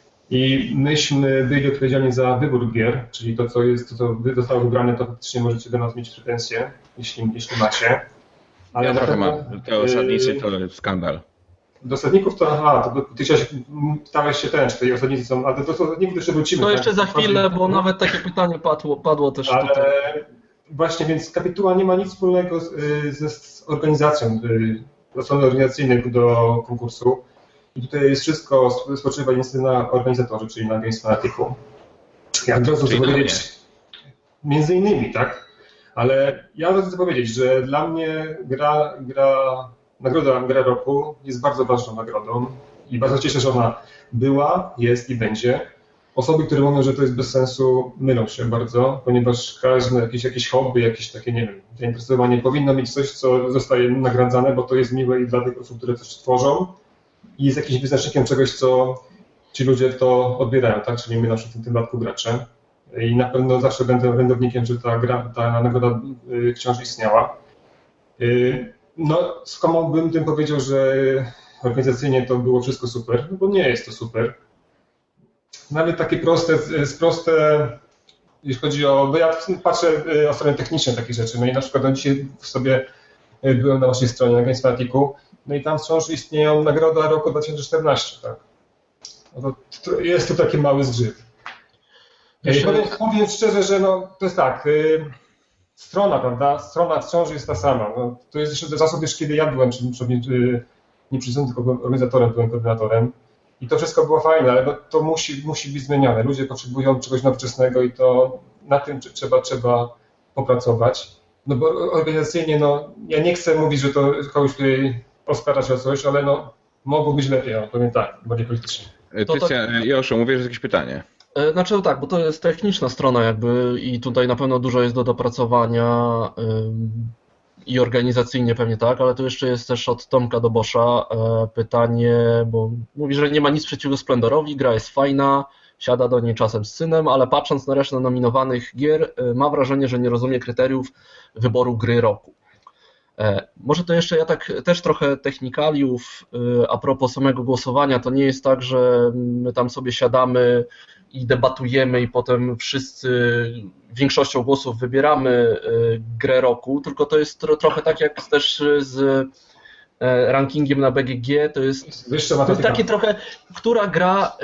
[SPEAKER 3] I myśmy byli odpowiedzialni za wybór gier, czyli to, co jest, to, co zostało wybrane, to faktycznie możecie do nas mieć pretensje, jeśli, jeśli macie.
[SPEAKER 2] Ale ja trochę mam. Te osadnicy to skandal.
[SPEAKER 3] Do osadników to, aha, to ty chciałeś, pytałeś się ten, czy te osadnicy są, ale do osadników jeszcze wrócimy.
[SPEAKER 1] To jeszcze tak? za chwilę, bo nawet takie pytanie padło, padło też
[SPEAKER 3] ale
[SPEAKER 1] tutaj.
[SPEAKER 3] Właśnie, więc kapituła nie ma nic wspólnego z, z, z organizacją, z strony organizacyjnej do konkursu. I tutaj jest wszystko spoczywa niestety na organizatorze, czyli na Games Fanaticu. Ja od razu chcę powiedzieć, między innymi, tak? Ale ja od razu chcę powiedzieć, że dla mnie gra, gra, nagroda Gra Roku jest bardzo ważną nagrodą i bardzo cieszę, że ona była, jest i będzie. Osoby, które mówią, że to jest bez sensu, mylą się bardzo, ponieważ każde jakieś, jakieś hobby, jakieś takie, nie wiem, zainteresowanie powinno mieć coś, co zostaje nagradzane, bo to jest miłe i dla tych osób, które coś tworzą. I jest jakimś wyznacznikiem czegoś, co ci ludzie to odbierają, tak? Czyli my na przykład w tym przypadku gracze. I na pewno zawsze będę orędownikiem, że ta, gra, ta nagroda wciąż istniała. No, skąd bym tym powiedział, że organizacyjnie to było wszystko super, no bo nie jest to super. Nawet takie proste, proste jeśli chodzi o, bo ja patrzę o stronę techniczną takich rzeczy, no i na przykład no dzisiaj sobie byłem na waszej stronie, na Games Fanaticu, no i tam wciąż istnieją nagroda roku dwa tysiące czternastego, tak? No to, to jest to taki mały zgrzyt. Jeszcze... Powiem, powiem szczerze, że no, to jest tak, y, strona, prawda, strona wciąż jest ta sama. No, to jest jeszcze zasób, już kiedy ja byłem, czyli y, nie przewodniczącym, tylko organizatorem, byłem koordynatorem. I to wszystko było fajne, ale no, to musi, musi być zmienione. Ludzie potrzebują czegoś nowoczesnego i to na tym trzeba, trzeba popracować. No bo organizacyjnie, no ja nie chcę mówić, że to kogoś tutaj oskarżać o coś, ale no mogło być lepiej, no powiem tak, bardziej politycznie.
[SPEAKER 2] Tycjan, tak... Joszu, mówisz, że jakieś pytanie.
[SPEAKER 1] Znaczy no tak, bo to jest techniczna strona jakby i tutaj na pewno dużo jest do dopracowania ym, i organizacyjnie pewnie tak, ale tu jeszcze jest też od Tomka Dobosza y, pytanie, bo mówi, że nie ma nic przeciwko Splendorowi, gra jest fajna, siada do niej czasem z synem, ale patrząc na resztę nominowanych gier, y, ma wrażenie, że nie rozumie kryteriów wyboru gry roku. E, może to jeszcze ja tak też trochę technikaliów y, a propos samego głosowania, to nie jest tak, że my tam sobie siadamy i debatujemy i potem wszyscy większością głosów wybieramy grę roku, tylko to jest tro, trochę tak jak też z rankingiem na B G G, to jest, to jest takie trochę, która gra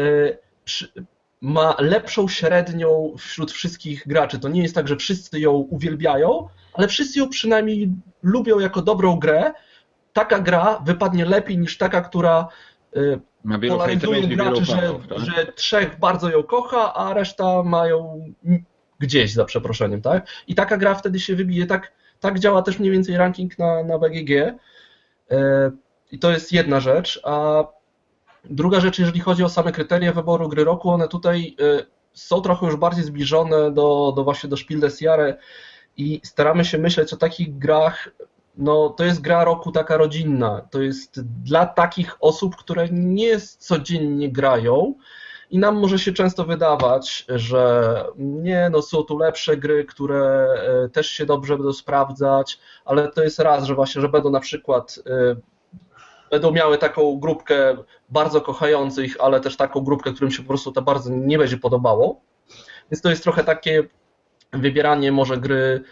[SPEAKER 1] ma lepszą średnią wśród wszystkich graczy. To nie jest tak, że wszyscy ją uwielbiają, ale wszyscy ją przynajmniej lubią jako dobrą grę. Taka gra wypadnie lepiej niż taka, która
[SPEAKER 2] ma wielu
[SPEAKER 1] polaryzuje graczy, że, fanów, tak? że trzech bardzo ją kocha, a reszta mają gdzieś, za przeproszeniem, tak? I taka gra wtedy się wybije. Tak, tak działa też mniej więcej ranking na, na B G G. i to jest jedna rzecz, a druga rzecz, jeżeli chodzi o same kryteria wyboru gry roku, one tutaj są trochę już bardziej zbliżone do, do właśnie do Spiel des Jahres i staramy się myśleć o takich grach, no to jest gra roku taka rodzinna, to jest dla takich osób, które nie codziennie grają i nam może się często wydawać, że nie, no są tu lepsze gry, które też się dobrze będą sprawdzać, ale to jest raz, że właśnie, że będą na przykład będą miały taką grupkę bardzo kochających, ale też taką grupkę, którym się po prostu to bardzo nie będzie podobało. Więc to jest trochę takie wybieranie może gry,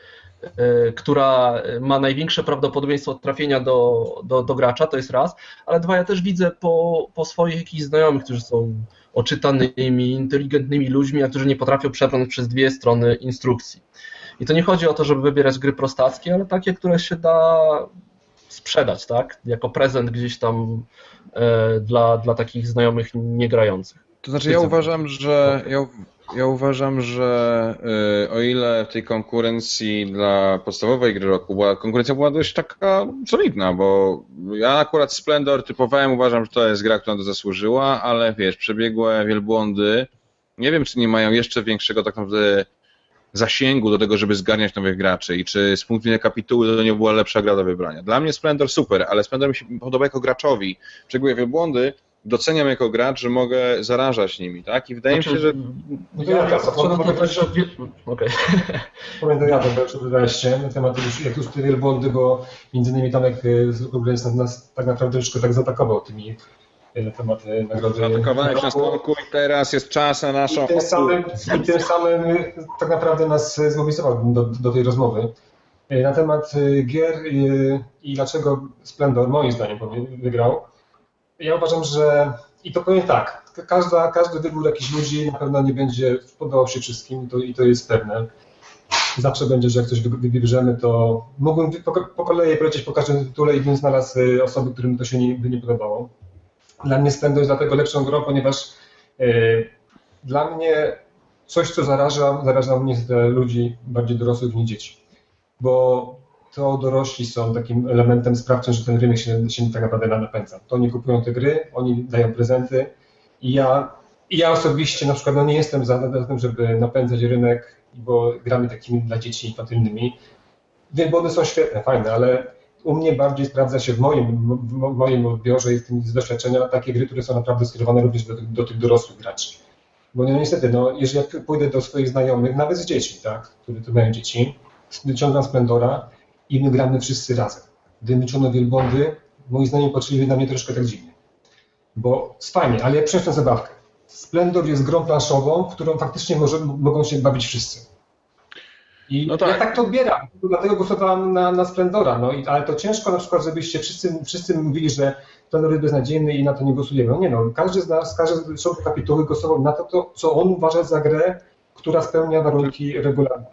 [SPEAKER 1] która ma największe prawdopodobieństwo trafienia do, do, do gracza, to jest raz, ale dwa, ja też widzę po, po swoich jakichś znajomych, którzy są oczytanymi, inteligentnymi ludźmi, a którzy nie potrafią przebrnąć przez dwie strony instrukcji. I to nie chodzi o to, żeby wybierać gry prostackie, ale takie, które się da sprzedać, tak? Jako prezent gdzieś tam e, dla, dla takich znajomych niegrających.
[SPEAKER 2] To znaczy ja uważam, że ja, ja uważam, że y, o ile w tej konkurencji dla podstawowej gry roku była, konkurencja była dość taka solidna, bo ja akurat Splendor typowałem, uważam, że to jest gra, która to zasłużyła, ale wiesz, przebiegłe wielbłądy, nie wiem, czy nie mają jeszcze większego tak naprawdę zasięgu do tego, żeby zgarniać nowych graczy i czy z punktu widzenia kapituły to nie była lepsza gra do wybrania. Dla mnie Splendor super, ale Splendor mi się podoba jako graczowi. Przebiegłe wielbłądy doceniam jako gracz, że mogę zarażać nimi, tak? I wydaje znaczy, mi się, że...
[SPEAKER 3] No to ja teraz, okej. Powiem do Jadem, bo przydaliście na temat, jak już te wielbłądy, bo między innymi Tomek z nas, nas tak naprawdę troszkę tak zaatakował tymi na temat nagrody.
[SPEAKER 2] Zaatakowałem się na stronku i teraz jest czas na naszą...
[SPEAKER 3] I tym samym, i tym samym tak naprawdę nas zmobilizował do, do tej rozmowy. Na temat gier i dlaczego Splendor moim zdaniem wygrał. Ja uważam, że i to powiem tak, każda, każdy wybór jakichś ludzi na pewno nie będzie podobał się wszystkim to, i to jest pewne. Zawsze będzie, że jak coś wybierzemy, to mógłbym po, po kolei polecieć po każdym tytule i bym znalazł osoby, którym to się nie, by nie podobało. Dla mnie Splendor jest dlatego lepszą grą, ponieważ yy, dla mnie coś, co zaraża, zaraża mnie te ludzi bardziej dorosłych niż dzieci. Bo to dorośli są takim elementem sprawczym, że ten rynek się, się tak naprawdę napędza. To oni kupują te gry, oni dają prezenty i ja, i ja osobiście na przykład no nie jestem za, za tym, żeby napędzać rynek, bo gramy takimi dla dzieci infantylnymi. Wielbłądy są świetne, fajne, ale u mnie bardziej sprawdza się w moim, w moim odbiorze i w tym z doświadczenia takie gry, które są naprawdę skierowane również do, do tych dorosłych graczy. Bo no niestety, no, jeżeli ja pójdę do swoich znajomych, nawet z dziećmi, tak, które to mają dzieci, wyciągam Splendora i my gramy wszyscy razem. Gdy wyciągną wielbłądy, moi znajomi patrzyli na mnie troszkę tak dziwnie. Bo jest fajnie, ale ja przyniosłem zabawkę. Splendor jest grą planszową, w którą faktycznie może, mogą się bawić wszyscy. I no tak. Ja tak to odbieram, dlatego głosowałem na, na Splendora, no i, ale to ciężko na przykład, żebyście wszyscy, wszyscy mówili, że Splendor jest beznadziejny i na to nie głosujemy. No nie no, każdy z nas, każdy z członków kapituły głosował na to, to, co on uważa za grę, która spełnia warunki regularne.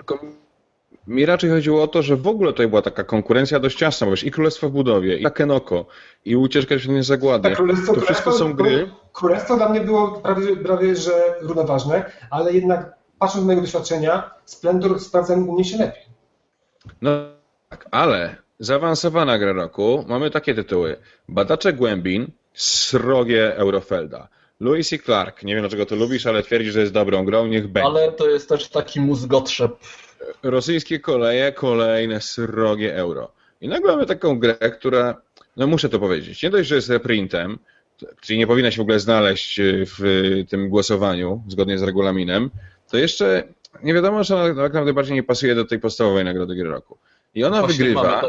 [SPEAKER 2] Mi raczej chodziło o to, że w ogóle tutaj była taka konkurencja dość ciasna, bo wiesz, i Królestwo w budowie, i Takenoko, i Ucieczka w Świetnej Zagłady.
[SPEAKER 3] Tak,
[SPEAKER 2] to wszystko są gry.
[SPEAKER 3] Królestwo dla mnie było prawie, prawie że równoważne, ale jednak patrząc z mojego doświadczenia, Splendor sprawdza u mnie się lepiej.
[SPEAKER 2] No tak, ale zaawansowana gra roku, mamy takie tytuły. Badacze Głębin, Srogie Eurofelda. Lewis i Clark, nie wiem dlaczego to lubisz, ale twierdzi, że jest dobrą grą, niech będzie.
[SPEAKER 1] Ale to jest też taki mózgotrzep.
[SPEAKER 2] Rosyjskie koleje, kolejne srogie euro. I nagle mamy taką grę, która, no muszę to powiedzieć, nie dość, że jest reprintem, czyli nie powinna się w ogóle znaleźć w tym głosowaniu, zgodnie z regulaminem, to jeszcze nie wiadomo, że ona tak naprawdę bardziej nie pasuje do tej podstawowej nagrody gry roku. I ona
[SPEAKER 1] Właśnie
[SPEAKER 2] wygrywa.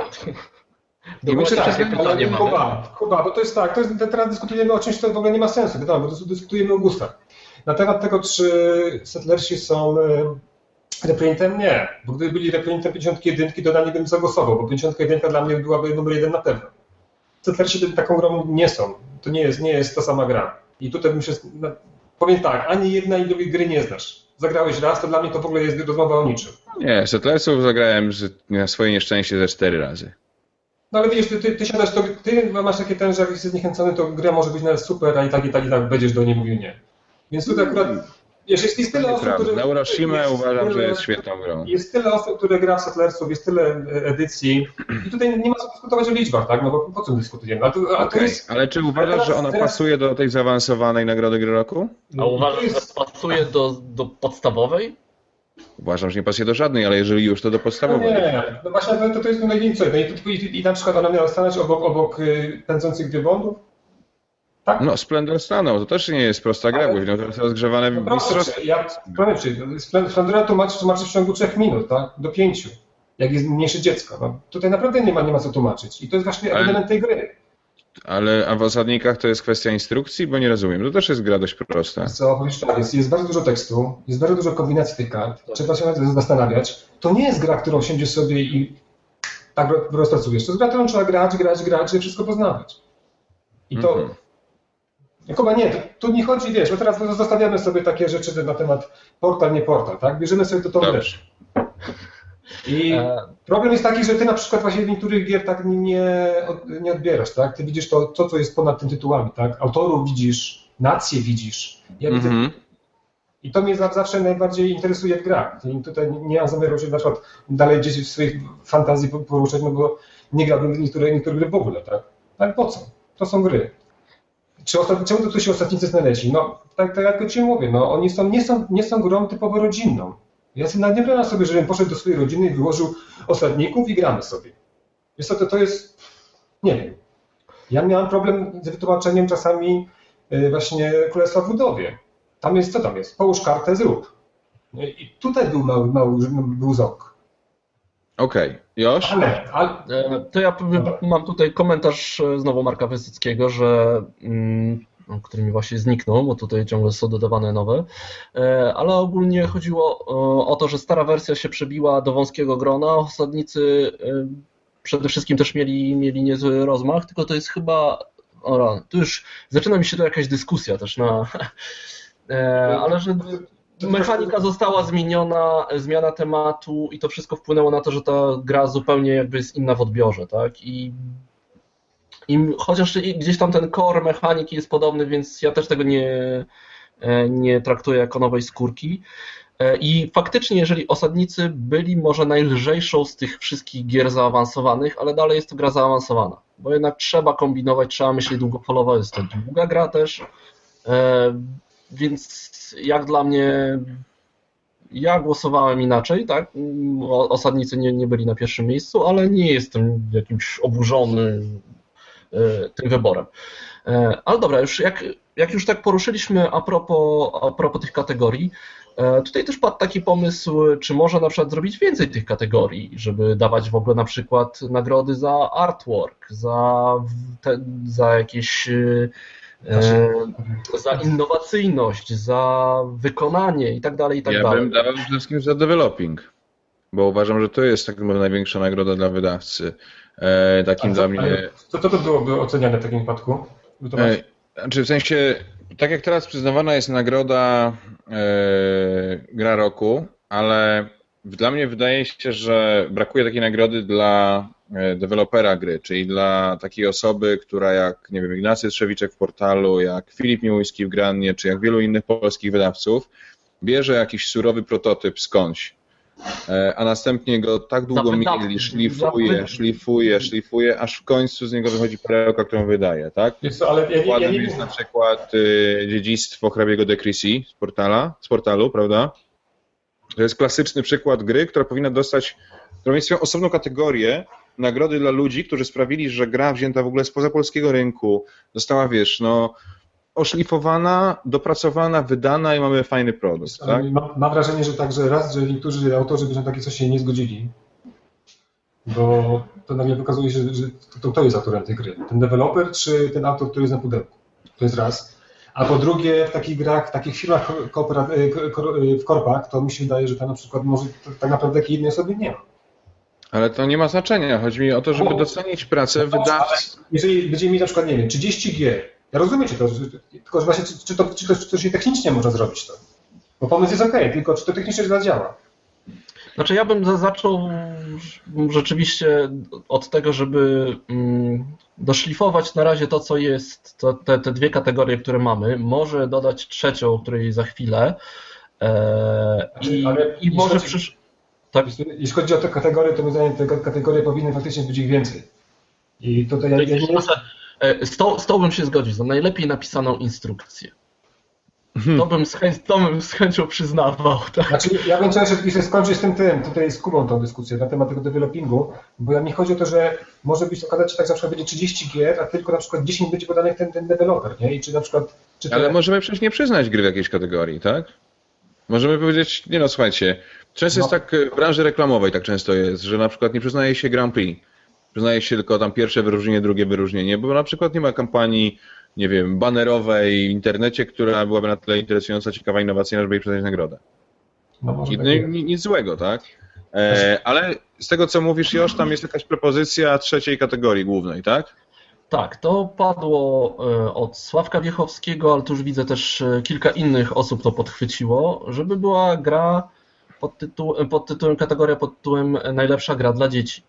[SPEAKER 1] I muszę
[SPEAKER 3] tak,
[SPEAKER 1] takie pytanie mamy.
[SPEAKER 3] Kuba, Kuba, bo to jest tak, to jest, teraz dyskutujemy o czymś, co w ogóle nie ma sensu, wiadomo, bo dyskutujemy o gustach. Na temat tego, czy Settlersi są reprintem? Nie, bo gdyby byli reprintem pięćdziesiąt jeden, to na nie bym zagłosował, bo pięćdziesiąt jeden dla mnie byłaby numer jeden na pewno. Settlersi taką grą nie są, to nie jest, nie jest ta sama gra. I tutaj bym się, no, powiem tak, ani jedna i drugiej gry nie znasz. Zagrałeś raz, to dla mnie to w ogóle jest rozmowa o niczym.
[SPEAKER 2] Nie, Settlersów zagrałem na swoje nieszczęście ze cztery razy.
[SPEAKER 3] No ale widzisz, ty, ty, ty siadasz, to, ty masz takie ten, że jak jesteś zniechęcony, to gra może być nawet super, a i tak, i tak, i tak będziesz do niej mówił nie. Więc tutaj akurat Wiesz, jest, jest tyle osób, które...
[SPEAKER 2] Neuroshima uważam, tyle, że jest świetną grą.
[SPEAKER 3] Jest tyle osób, które gra w Settlersów, jest tyle edycji i tutaj nie ma co dyskutować o liczbach, tak? No bo po co dyskutujemy? A to, a
[SPEAKER 2] okay.
[SPEAKER 3] to jest...
[SPEAKER 2] Ale czy uważasz, teraz, że ona teraz... pasuje do tej zaawansowanej nagrody gry roku?
[SPEAKER 1] A uważasz, jest... że pasuje do, do podstawowej?
[SPEAKER 2] Uważam, że nie pasuje do żadnej, ale jeżeli już, to do podstawowej.
[SPEAKER 3] No nie, no właśnie to, to jest najwięcej. No i, i, i na przykład ona miała stanąć obok, obok pędzących wielbłądów. Tak?
[SPEAKER 2] No, Splendor stanął, to też nie jest prosta gra, bo to jest rozgrzewane
[SPEAKER 3] no
[SPEAKER 2] mistrzostwo.
[SPEAKER 3] Ja powiem Ci, Splendora tłumaczy, tłumaczy w ciągu trzech minut, tak? Do pięciu, jak jest mniejsze dziecko. No, tutaj naprawdę nie ma, nie ma co tłumaczyć i to jest właśnie ale, element tej gry.
[SPEAKER 2] Ale a w osadnikach to jest kwestia instrukcji? Bo nie rozumiem, to też jest gra dość prosta.
[SPEAKER 3] Co, powiesz tak, jest, jest bardzo dużo tekstu, jest bardzo dużo kombinacji tych kart, trzeba się nad tym zastanawiać. To nie jest gra, którą siądziesz sobie i tak rozpracujesz. To jest gra, którą trzeba grać, grać, grać, żeby wszystko poznawać. I to... Mm-hmm. Kuba, nie, tu nie chodzi, wiesz, bo teraz zostawiamy sobie takie rzeczy na temat portal, nie portal, tak? Bierzemy sobie to tą grę. I problem jest taki, że ty na przykład właśnie niektórych gier tak nie, nie odbierasz, tak? Ty widzisz to, to, co jest ponad tym tytułami, tak? Autorów widzisz, nacje widzisz. Ja widzę, mm-hmm. I to mnie zawsze najbardziej interesuje w grach. I tutaj nie mam zamiaru się na przykład dalej gdzieś w swojej fantazji poruszać, no bo nie grałbym niektóre, niektóre gry w ogóle, tak? Ale po co? To są gry. Czy ostat... Czemu to tu się ostatnicy znaleźli? No, tak, tak jak Ci mówię, no, oni są, nie, są, nie są grą typowo rodzinną. Ja sobie nawet nie wyobrażam sobie, żebym poszedł do swojej rodziny i wyłożył osadników i gramy sobie. Wiesz co, to, to jest, nie wiem. Ja miałem problem z wytłumaczeniem czasami właśnie Królestwa w budowie. Tam jest, co tam jest? Połóż kartę, zrób. I tutaj był mały, mały był ząg.
[SPEAKER 2] Okej, okay. Josz?
[SPEAKER 3] Ale, ale...
[SPEAKER 1] To ja mam tutaj komentarz znowu Marka Wysockiego, że, który mi właśnie zniknął, bo tutaj ciągle są dodawane nowe, ale ogólnie chodziło o to, że stara wersja się przebiła do wąskiego grona, osadnicy przede wszystkim też mieli, mieli niezły rozmach, tylko to jest chyba, o, tu już zaczyna mi się tu jakaś dyskusja też na, ale że mechanika została zmieniona, zmiana tematu i to wszystko wpłynęło na to, że ta gra zupełnie jakby jest inna w odbiorze, tak? I, i chociaż gdzieś tam ten core mechaniki jest podobny, więc ja też tego nie, nie traktuję jako nowej skórki. I faktycznie, jeżeli osadnicy byli może najlżejszą z tych wszystkich gier zaawansowanych, ale dalej jest to gra zaawansowana, bo jednak trzeba kombinować, trzeba myśleć długofalowo, jest to długa gra też, więc jak dla mnie, ja głosowałem inaczej, tak? Osadnicy nie, nie byli na pierwszym miejscu, ale nie jestem jakimś oburzony tym wyborem. Ale dobra, już jak, jak już tak poruszyliśmy a propos, a propos tych kategorii, tutaj też padł taki pomysł, czy może na przykład zrobić więcej tych kategorii, żeby dawać w ogóle na przykład nagrody za artwork, za, te, za jakieś za innowacyjność, za wykonanie i tak dalej, i tak
[SPEAKER 2] ja
[SPEAKER 1] dalej.
[SPEAKER 2] Ja bym dawał przede wszystkim za developing, bo uważam, że to jest tak naprawdę największa nagroda dla wydawcy. E, takim
[SPEAKER 3] co,
[SPEAKER 2] dla mnie...
[SPEAKER 3] Co to, to byłoby oceniane w takim wypadku?
[SPEAKER 2] E, znaczy w sensie, tak jak teraz przyznawana jest nagroda e, gra roku, ale dla mnie wydaje się, że brakuje takiej nagrody dla dewelopera gry, czyli dla takiej osoby, która jak, nie wiem, Ignacy Trzewiczek w Portalu, jak Filip Miłuński w Grannie, czy jak wielu innych polskich wydawców, bierze jakiś surowy prototyp skądś, a następnie go tak długo mieli, szlifuje, szlifuje, szlifuje, aż w końcu z niego wychodzi perełka, którą wydaje, tak? Przykładem jest na przykład Dziedzictwo hrabiego de Crécy z Portala, z Portalu, prawda? To jest klasyczny przykład gry, która powinna dostać, która ma swoją osobną kategorię nagrody dla ludzi, którzy sprawili, że gra wzięta w ogóle spoza polskiego rynku została, wiesz, no, oszlifowana, dopracowana, wydana i mamy fajny produkt. Tak?
[SPEAKER 3] Mam, mam wrażenie, że także raz, że niektórzy autorzy by na takie coś się nie zgodzili, bo to nagle wykazuje się, że to kto jest autorem tej gry? Ten deweloper czy ten autor, który jest na pudełku? To jest raz. A po drugie, w takich grach, w takich firmach w korpach, to mi się wydaje, że tam na przykład może tak naprawdę takiej jednej osoby nie ma.
[SPEAKER 2] Ale to nie ma znaczenia. Chodzi mi o to, żeby docenić pracę no, wydawcy.
[SPEAKER 3] Jeżeli będziemy mieli na przykład, nie wiem, trzydzieści gier, ja rozumiem to, że, tylko że właśnie czy to, czy, to, czy to się technicznie można zrobić to? Bo pomysł jest okej, okay, tylko czy to technicznie zadziała?
[SPEAKER 1] Znaczy ja bym zaczął rzeczywiście od tego, żeby doszlifować na razie to, co jest, to, te, te dwie kategorie, które mamy, może dodać trzecią, o której za chwilę
[SPEAKER 3] znaczy,
[SPEAKER 1] i,
[SPEAKER 3] ale
[SPEAKER 1] i może chodzi, przysz...
[SPEAKER 3] tak? Jeśli chodzi o te kategorie, to moim zdaniem te kategorie powinny faktycznie być ich więcej. I tutaj ja, ja nie...
[SPEAKER 1] z, to, z tą bym się zgodził, za najlepiej napisaną instrukcję. To bym z, chęć, to bym z chęcią przyznawał. Tak?
[SPEAKER 3] Znaczy, ja bym chciał jeszcze skończyć z tym tym, tutaj z Kubą tą dyskusję na temat tego developingu, bo ja mi chodzi o to, że może być okazać się tak, że na przykład będzie trzydzieści gier, a tylko na przykład dziesięć będzie podanych ten, ten deweloper, nie? I czy na przykład... Czy te...
[SPEAKER 2] Ale możemy przecież nie przyznać gry w jakiejś kategorii, tak? Możemy powiedzieć, nie no słuchajcie, często no. jest tak w branży reklamowej, tak często jest, że na przykład nie przyznaje się Grand Prix, przyznaje się tylko tam pierwsze wyróżnienie, drugie wyróżnienie, bo na przykład nie ma kampanii, nie wiem, banerowej w internecie, która byłaby na tyle interesująca, ciekawa, innowacyjna, żeby jej przyznać nagrodę. No, może I, tak no, nic złego, tak? E, ale z tego, co mówisz, Josz, tam jest jakaś propozycja trzeciej kategorii głównej, tak?
[SPEAKER 1] Tak, to padło od Sławka Wiechowskiego, ale tu już widzę też kilka innych osób to podchwyciło, żeby była gra pod, tytuł, pod tytułem, kategoria pod tytułem najlepsza gra dla dzieci.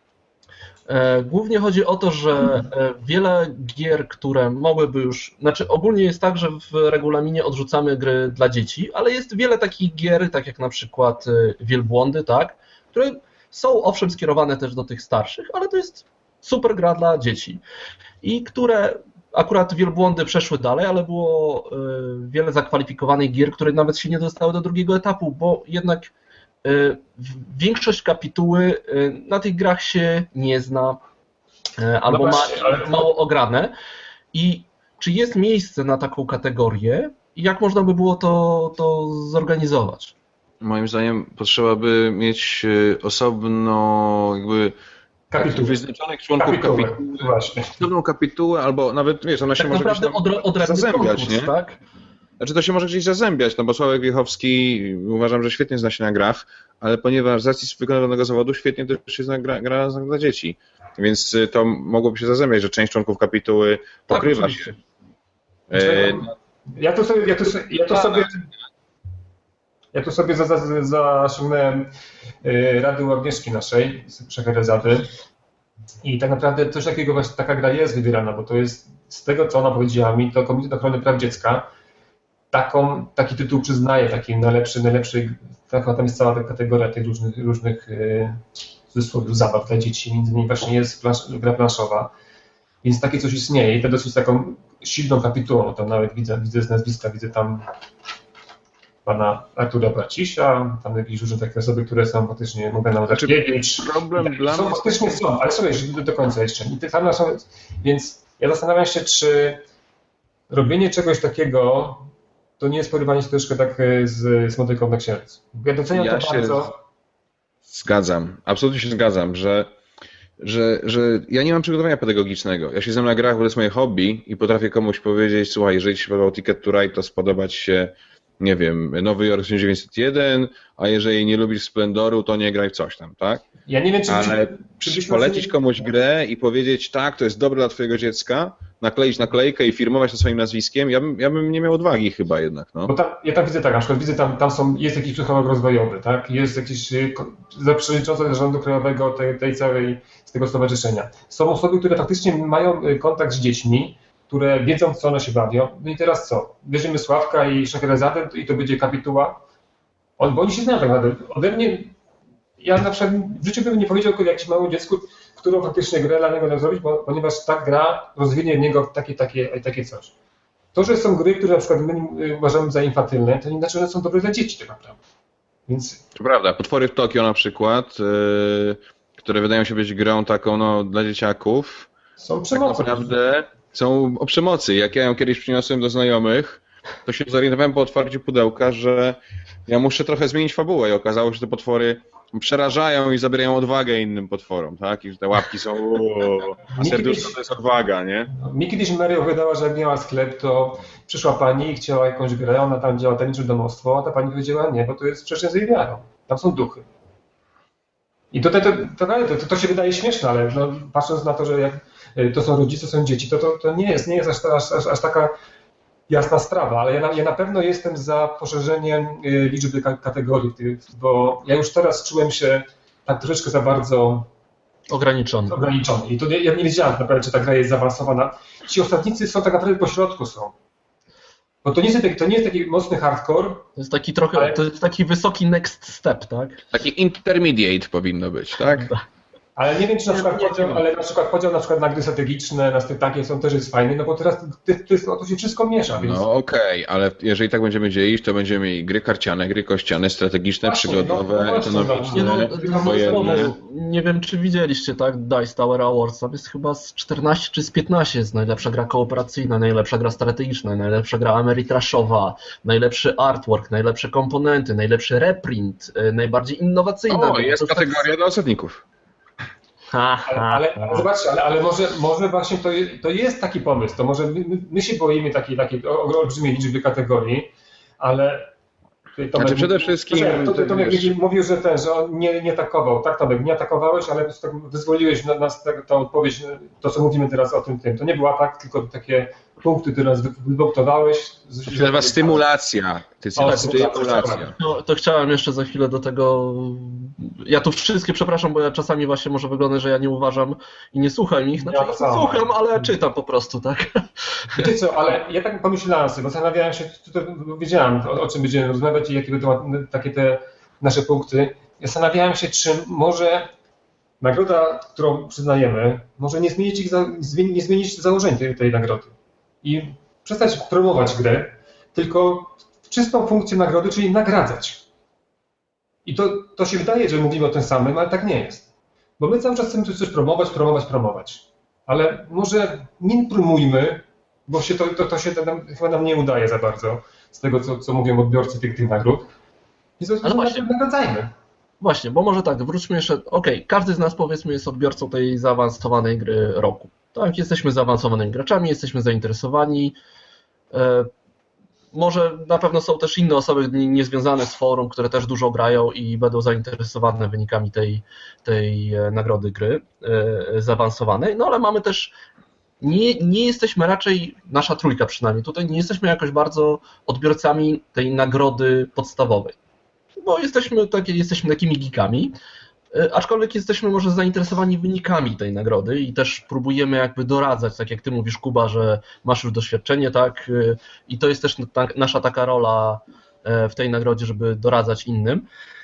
[SPEAKER 1] Głównie chodzi o to, że wiele gier, które mogłyby już, znaczy ogólnie jest tak, że w regulaminie odrzucamy gry dla dzieci, ale jest wiele takich gier, tak jak na przykład Wielbłądy, tak, które są owszem skierowane też do tych starszych, ale to jest super gra dla dzieci i które akurat Wielbłądy przeszły dalej, ale było wiele zakwalifikowanych gier, które nawet się nie dostały do drugiego etapu, bo jednak większość kapituły na tych grach się nie zna albo no właśnie, ma ale... mało ograne. I czy jest miejsce na taką kategorię i jak można by było to, to zorganizować?
[SPEAKER 2] Moim zdaniem potrzeba by mieć osobno jakby
[SPEAKER 3] kapituły.
[SPEAKER 2] Wyznaczonych członków kapituły. kapituły
[SPEAKER 3] właśnie.
[SPEAKER 2] Osobną kapitułę albo nawet, wiesz, ona się
[SPEAKER 1] tak
[SPEAKER 2] może
[SPEAKER 1] naprawdę od,
[SPEAKER 2] zazębiać,
[SPEAKER 1] konkurs,
[SPEAKER 2] nie?
[SPEAKER 1] Tak?
[SPEAKER 2] Znaczy to się może gdzieś zazębiać, no bo Sławek Wiechowski uważam, że świetnie zna się na grach, ale ponieważ z racji wykonywanego zawodu świetnie też się zna gra, gra dla dzieci. Więc to mogłoby się zazębiać, że część członków kapituły pokrywa tak, się.
[SPEAKER 3] E... Ja to sobie, ja to, ja to sobie, ja to sobie zasiągnąłem rady u Agnieszki naszej, Szeherezaty. I tak naprawdę coś takiego właśnie taka gra jest wybierana, bo to jest z tego, co ona powiedziała mi, to Komitet Ochrony Praw Dziecka taką, taki tytuł przyznaje, taki najlepszy, najlepszy, tam jest cała ta kategoria tych różnych, różnych yy, zabaw dla dzieci, między innymi właśnie jest plansz, gra planszowa, więc takie coś istnieje i to dosyć taką silną kapitułą, tam nawet widzę, widzę z nazwiska, widzę tam pana Artura Barcisia, tam jakieś różne takie osoby, które są faktycznie, mogę nam dać wiedzieć.
[SPEAKER 2] Problem tak, dla
[SPEAKER 3] są,
[SPEAKER 2] mnie...
[SPEAKER 3] faktycznie są, ale słuchaj, do, do końca jeszcze. I te tam są, więc ja zastanawiam się, czy robienie czegoś takiego to nie jest porywanie się troszkę tak z, z motyką na księżyc. Ja doceniam
[SPEAKER 2] ja
[SPEAKER 3] to
[SPEAKER 2] się
[SPEAKER 3] bardzo.
[SPEAKER 2] Zgadzam, absolutnie się zgadzam, że, że, że ja nie mam przygotowania pedagogicznego. Ja się znam na grach, bo to jest moje hobby i potrafię komuś powiedzieć, słuchaj, jeżeli ci się podobał Ticket to Ride, to spodoba ci się, nie wiem, Nowy Jork tysiąc dziewięćset jeden, a jeżeli nie lubisz Splendoru, to nie graj w coś tam, tak?
[SPEAKER 3] Ja nie wiem, czy...
[SPEAKER 2] Ale
[SPEAKER 3] czy, czy
[SPEAKER 2] polecić komuś grę i powiedzieć, tak, to jest dobre dla twojego dziecka, nakleić naklejkę i firmować to swoim nazwiskiem, ja bym, ja bym nie miał odwagi chyba jednak, no.
[SPEAKER 3] Bo tam, ja tam widzę tak, na przykład widzę tam, tam są, jest jakiś psycholog rozwojowy, tak? Jest jakiś przewodniczący Zarządu Krajowego tej, tej całej, z tego stowarzyszenia. Są osoby, które faktycznie mają kontakt z dziećmi, które wiedzą, co one się bawią. No i teraz co? Bierzemy Sławka i Szeherezadę i to będzie kapituła. On, bo oni się znają tak naprawdę. Ode mnie, ja na przykład w życiu bym nie powiedział jakimś małemu dziecku, którą faktycznie grę dla niego da zrobić, bo, ponieważ ta gra rozwinie w niego takie, takie, takie coś. To, że są gry, które na przykład my uważamy za infantylne, to nie znaczy, że są dobre dla dzieci tak naprawdę. Więc...
[SPEAKER 2] To prawda. Potwory w Tokio na przykład, yy, które wydają się być grą taką no, dla dzieciaków,
[SPEAKER 3] są przemocą.
[SPEAKER 2] Tak naprawdę są o przemocy. Jak ja ją kiedyś przyniosłem do znajomych, to się zorientowałem po otwarciu pudełka, że ja muszę trochę zmienić fabułę i okazało się, że te potwory przerażają i zabierają odwagę innym potworom, tak? I że te łapki są uuu, a serduszko to jest odwaga, nie?
[SPEAKER 3] Mi kiedyś Mary opowiadała, że jak miała sklep, to przyszła pani i chciała jakąś grę, ona tam działa tajemnicze domostwo, a ta pani powiedziała nie, bo to jest sprzeczne z jej wiarą. Tam są duchy. I tutaj to, to, to, to się wydaje śmieszne, ale no, patrząc na to, że jak to są rodzice, są dzieci, to, to, to nie jest, nie jest aż, aż, aż, aż taka jasna sprawa, ale ja na, ja na pewno jestem za poszerzeniem liczby kategorii, bo ja już teraz czułem się tak troszeczkę za bardzo
[SPEAKER 1] ograniczony.
[SPEAKER 3] ograniczony. I to ja, ja nie wiedziałem naprawdę, czy ta gra jest zaawansowana. Ci ostatnicy są tak naprawdę po środku są. Bo to nie jest taki, to nie jest taki mocny hardcore.
[SPEAKER 1] To jest taki trochę, ale... to jest taki wysoki next step, tak?
[SPEAKER 2] Taki intermediate powinno być, tak?
[SPEAKER 3] Ale nie wiem, czy na przykład podział, ale na przykład podział na przykład na gry strategiczne, na takie są też jest fajny, no bo teraz to, to, to się wszystko miesza. Więc...
[SPEAKER 2] No okej, okay, ale jeżeli tak będziemy dzielić, to będziemy mieli gry karciane, gry kościane, strategiczne, właśnie, przygodowe, no, ekonomiczne,
[SPEAKER 1] no, no, wojenne. Nie wiem, czy widzieliście, tak? Dice Tower Awards, tam jest chyba z czternaście czy z piętnaście jest najlepsza gra kooperacyjna, najlepsza gra strategiczna, najlepsza gra Ameritrashowa, najlepszy artwork, najlepsze komponenty, najlepszy reprint, najbardziej innowacyjna.
[SPEAKER 2] O, jest kategoria tak... dla osadników.
[SPEAKER 1] Ha, ha,
[SPEAKER 3] ale, ale, ale zobaczcie, ale, ale może, może właśnie to, to jest taki pomysł, to może my, my się boimy takiej, takiej olbrzymiej liczby kategorii, ale
[SPEAKER 2] Tomek, znaczy przede wszystkim...
[SPEAKER 3] Tutaj Tomek mówił, że ten, że on nie, nie atakował. Tak, Tomek, nie atakowałeś, ale wyzwoliłeś nas tę odpowiedź, to co mówimy teraz o tym, tym. To nie był atak, tylko takie punkty, które nas wypunktowałeś.
[SPEAKER 2] To się nazywa stymulacja. To jest o, stymulacja.
[SPEAKER 1] No, to chciałem jeszcze za chwilę do tego... Ja tu wszystkie przepraszam, bo ja czasami właśnie może wygląda, że ja nie uważam i nie słucham ich. Znaczy, ja słucham, ale czytam po prostu, tak?
[SPEAKER 3] Wiecie co, ale ja tak pomyślałem sobie, bo zastanawiałem się, tutaj wiedziałem o, o czym będziemy rozmawiać i jakie będą takie te nasze punkty. Zastanawiałem się, czy może nagroda, którą przyznajemy, może nie zmienić, ich za, nie zmienić założeń tej, tej nagrody i przestać promować grę, tylko czystą funkcję nagrody, czyli nagradzać. I to, to się wydaje, że mówimy o tym samym, ale tak nie jest. Bo my cały czas chcemy coś promować, promować, promować. Ale może nie promujmy, bo się to, to, to się nam, chyba nam nie udaje za bardzo z tego, co, co mówią odbiorcy tych, tych nagród. I to
[SPEAKER 1] ale właśnie,
[SPEAKER 3] nagradzajmy.
[SPEAKER 1] Właśnie, bo może tak, wróćmy jeszcze, okej, okay, każdy z nas powiedzmy jest odbiorcą tej zaawansowanej gry roku. Tak, jesteśmy zaawansowanymi graczami, jesteśmy zainteresowani. E, może na pewno są też inne osoby niezwiązane z forum, które też dużo grają i będą zainteresowane wynikami tej, tej nagrody gry e, zaawansowanej, no ale mamy też Nie, nie jesteśmy raczej, nasza trójka przynajmniej, tutaj nie jesteśmy jakoś bardzo odbiorcami tej nagrody podstawowej, bo jesteśmy, takie, jesteśmy takimi geekami, aczkolwiek jesteśmy może zainteresowani wynikami tej nagrody i też próbujemy jakby doradzać, tak jak ty mówisz, Kuba, że masz już doświadczenie, tak, i to jest też ta, nasza taka rola w tej nagrodzie, żeby doradzać innym.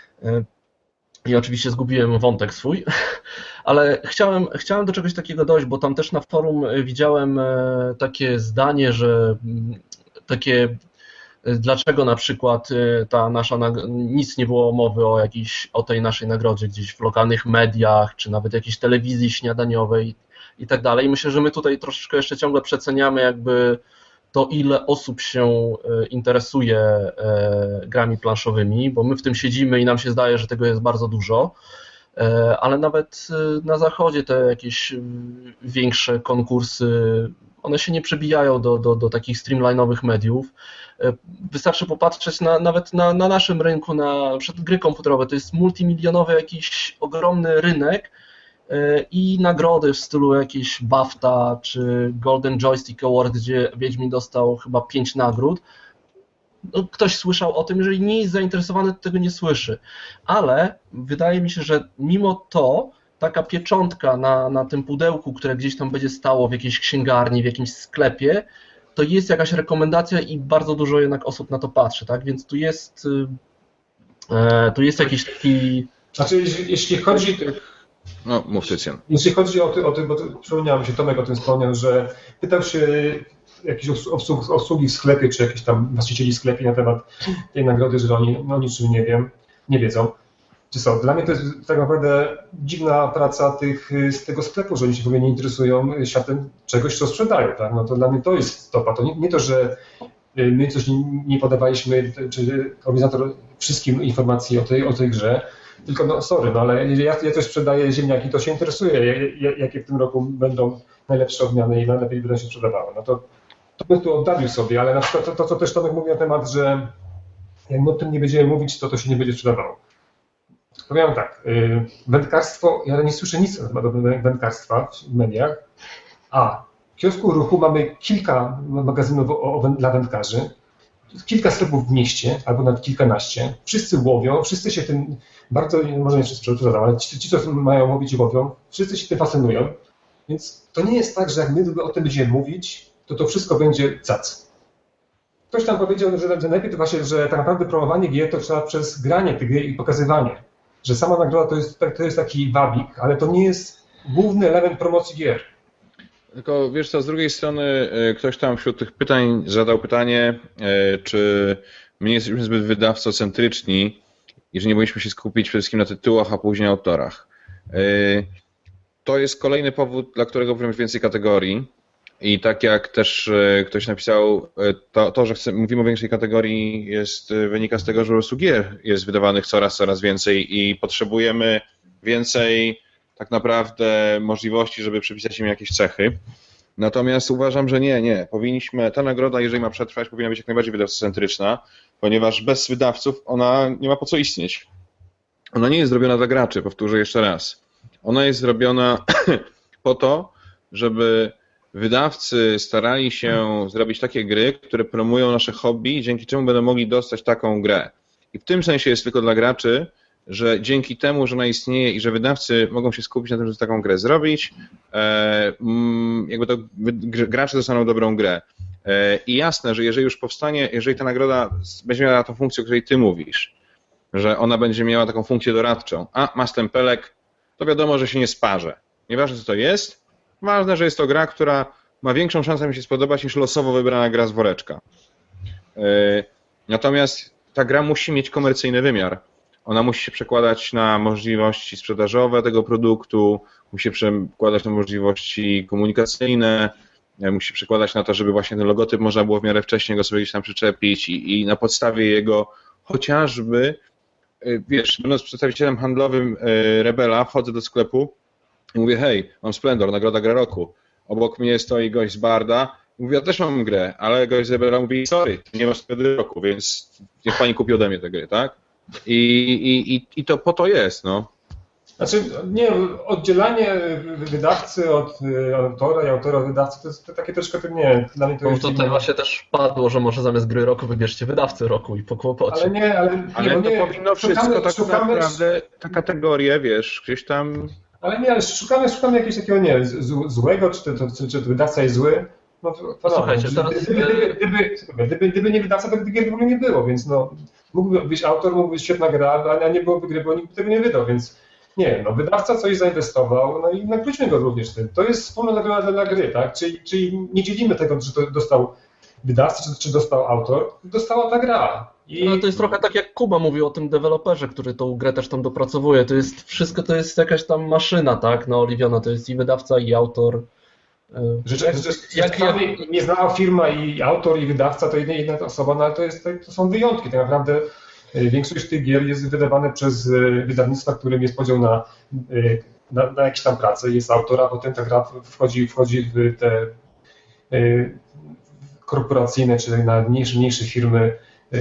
[SPEAKER 1] I oczywiście zgubiłem wątek swój, ale chciałem, chciałem do czegoś takiego dojść, bo tam też na forum widziałem takie zdanie, że takie, dlaczego na przykład ta nasza, nic nie było mowy o jakiejś, o tej naszej nagrodzie gdzieś w lokalnych mediach, czy nawet jakiejś telewizji śniadaniowej i tak dalej. Myślę, że my tutaj troszeczkę jeszcze ciągle przeceniamy jakby to, ile osób się interesuje grami planszowymi, bo my w tym siedzimy i nam się zdaje, że tego jest bardzo dużo, ale nawet na zachodzie te jakieś większe konkursy, one się nie przebijają do, do, do takich streamline'owych mediów. Wystarczy popatrzeć na, nawet na, na naszym rynku, na przed gry komputerowe, to jest multimilionowy jakiś ogromny rynek, i nagrody w stylu jakieś BAFTA czy Golden Joystick Award, gdzie Wiedźmin dostał chyba pięć nagród. No, ktoś słyszał o tym, jeżeli nie jest zainteresowany, to tego nie słyszy. Ale wydaje mi się, że mimo to taka pieczątka na, na tym pudełku, które gdzieś tam będzie stało w jakiejś księgarni, w jakimś sklepie, to jest jakaś rekomendacja i bardzo dużo jednak osób na to patrzy, tak? Więc tu jest, e, tu jest jakiś taki...
[SPEAKER 3] Znaczy, jeśli chodzi...
[SPEAKER 2] No, mów Tycjan.
[SPEAKER 3] Jeśli chodzi o, ty, o tym, bo przypomniałem się, Tomek o tym wspomniał, że pytał się jakichś obsług, obsługi w sklepie, czy jakichś tam właścicieli sklepie na temat tej nagrody, że oni no niczym nie wiem, nie wiedzą. Czy są. Dla mnie to jest tak naprawdę dziwna praca tych, z tego sklepu, że oni się w ogóle nie interesują światem czegoś, co sprzedają. Tak? No to dla mnie to jest stopa. To nie, nie to, że my coś nie, nie podawaliśmy, czy organizator wszystkim informacji o tej, o tej grze, tylko no sorry, no ale ja, ja coś sprzedaję ziemniaki, to się interesuje, jakie w tym roku będą najlepsze odmiany i najlepiej będą się sprzedawały. No to, to bym tu oddalił sobie, ale na przykład to, to co też Tomek mówi na temat, że jak my o tym nie będziemy mówić, to to się nie będzie sprzedawało. Powiem tak, wędkarstwo, ja nie słyszę nic na temat wędkarstwa w mediach, a kiosku ruchu mamy kilka magazynów dla wędkarzy, kilka sklepów w mieście, albo nawet kilkanaście. Wszyscy łowią, wszyscy się tym bardzo, może nie wszyscy, ale ci, ci, co mają łowić i łowią, wszyscy się tym fascynują. Więc to nie jest tak, że jak my o tym będziemy mówić, to to wszystko będzie cac. Ktoś tam powiedział, że, że najpierw właśnie, że tak naprawdę promowanie gier to trzeba przez granie tych gier i pokazywanie. Że sama nagroda to jest, to jest taki wabik, ale to nie jest główny element promocji gier.
[SPEAKER 2] Tylko wiesz co, z drugiej strony ktoś tam wśród tych pytań zadał pytanie, czy my nie jesteśmy zbyt wydawcocentryczni i że nie powinniśmy się skupić przede wszystkim na tytułach, a później autorach. To jest kolejny powód, dla którego wręcz więcej kategorii. I tak jak też ktoś napisał, to, to że chce, mówimy o większej kategorii, jest, wynika z tego, że po prostu gier jest wydawanych coraz, coraz więcej i potrzebujemy więcej tak naprawdę możliwości, żeby przypisać im jakieś cechy. Natomiast uważam, że nie, nie. Powinniśmy, ta nagroda, jeżeli ma przetrwać, powinna być jak najbardziej wydawcocentryczna, ponieważ bez wydawców ona nie ma po co istnieć. Ona nie jest zrobiona dla graczy, powtórzę jeszcze raz. Ona jest zrobiona po to, żeby wydawcy starali się zrobić takie gry, które promują nasze hobby, dzięki czemu będą mogli dostać taką grę. I w tym sensie jest tylko dla graczy, że dzięki temu, że ona istnieje i że wydawcy mogą się skupić na tym, żeby taką grę zrobić, jakby to gracze dostaną dobrą grę. I jasne, że jeżeli już powstanie, jeżeli ta nagroda będzie miała tą funkcję, o której ty mówisz, że ona będzie miała taką funkcję doradczą, a ma stempelek, to wiadomo, że się nie sparzy. Nieważne, co to jest, ważne, że jest to gra, która ma większą szansę mi się spodobać niż losowo wybrana gra z woreczka. Natomiast ta gra musi mieć komercyjny wymiar. Ona musi się przekładać na możliwości sprzedażowe tego produktu, musi się przekładać na możliwości komunikacyjne, musi się przekładać na to, żeby właśnie ten logotyp można było w miarę wcześnie go sobie gdzieś tam przyczepić i, i na podstawie jego chociażby, wiesz, będąc przedstawicielem handlowym Rebela, wchodzę do sklepu i mówię, hej, mam Splendor, nagroda gra roku. Obok mnie stoi gość z Barda. Mówi, ja też mam grę, ale gość z Rebela mówi, sorry, nie masz nagrody roku, więc niech pani kupi ode mnie tę grę, tak? I, i, i to po to jest, no.
[SPEAKER 3] Znaczy, nie, oddzielanie wydawcy od autora i autora od wydawcy to jest to takie troszkę, nie, dla mnie to
[SPEAKER 1] no,
[SPEAKER 3] jest...
[SPEAKER 1] To tutaj właśnie też padło, że może zamiast gry roku wybierzcie wydawcę roku i po kłopocie.
[SPEAKER 3] Ale nie, ale...
[SPEAKER 2] Ale
[SPEAKER 3] nie,
[SPEAKER 2] to
[SPEAKER 3] nie,
[SPEAKER 2] powinno wszystko
[SPEAKER 3] szukamy,
[SPEAKER 2] tak
[SPEAKER 3] szukamy,
[SPEAKER 2] naprawdę, ta kategoria, wiesz, gdzieś tam...
[SPEAKER 3] Ale nie, ale szukamy, szukamy jakiegoś takiego, nie z, złego, czy, to, czy, czy wydawca jest zły. No,
[SPEAKER 1] no słuchajcie, teraz...
[SPEAKER 3] Gdyby, gdyby, gdyby, gdyby nie wydawca, to by gier w ogóle nie było, więc no... Mógłby być autor, mógłby być świetna gra, a nie byłoby gry, bo nikt tego nie wydał, więc nie, no wydawca coś zainwestował, no i nagródźmy go również tym. To jest wspólna nagroda dla gry, tak? Czyli, czyli nie dzielimy tego, czy to dostał wydawca, czy, czy dostał autor, dostała ta gra. I...
[SPEAKER 1] No to jest trochę tak jak Kuba mówił o tym deweloperze, który tą grę też tam dopracowuje. To jest wszystko, to jest jakaś tam maszyna, tak, naoliwiona, to jest i wydawca, i autor.
[SPEAKER 3] Że, że, że, jak, jak nie znała firma i autor i wydawca to jedna osoba, no ale to, jest, to są wyjątki. Tak naprawdę większość tych gier jest wydawane przez wydawnictwa, którym jest podział na, na, na jakieś tam pracę, jest autor, a potem ta gra wchodzi, wchodzi w te korporacyjne czy na mniejsze, mniejsze firmy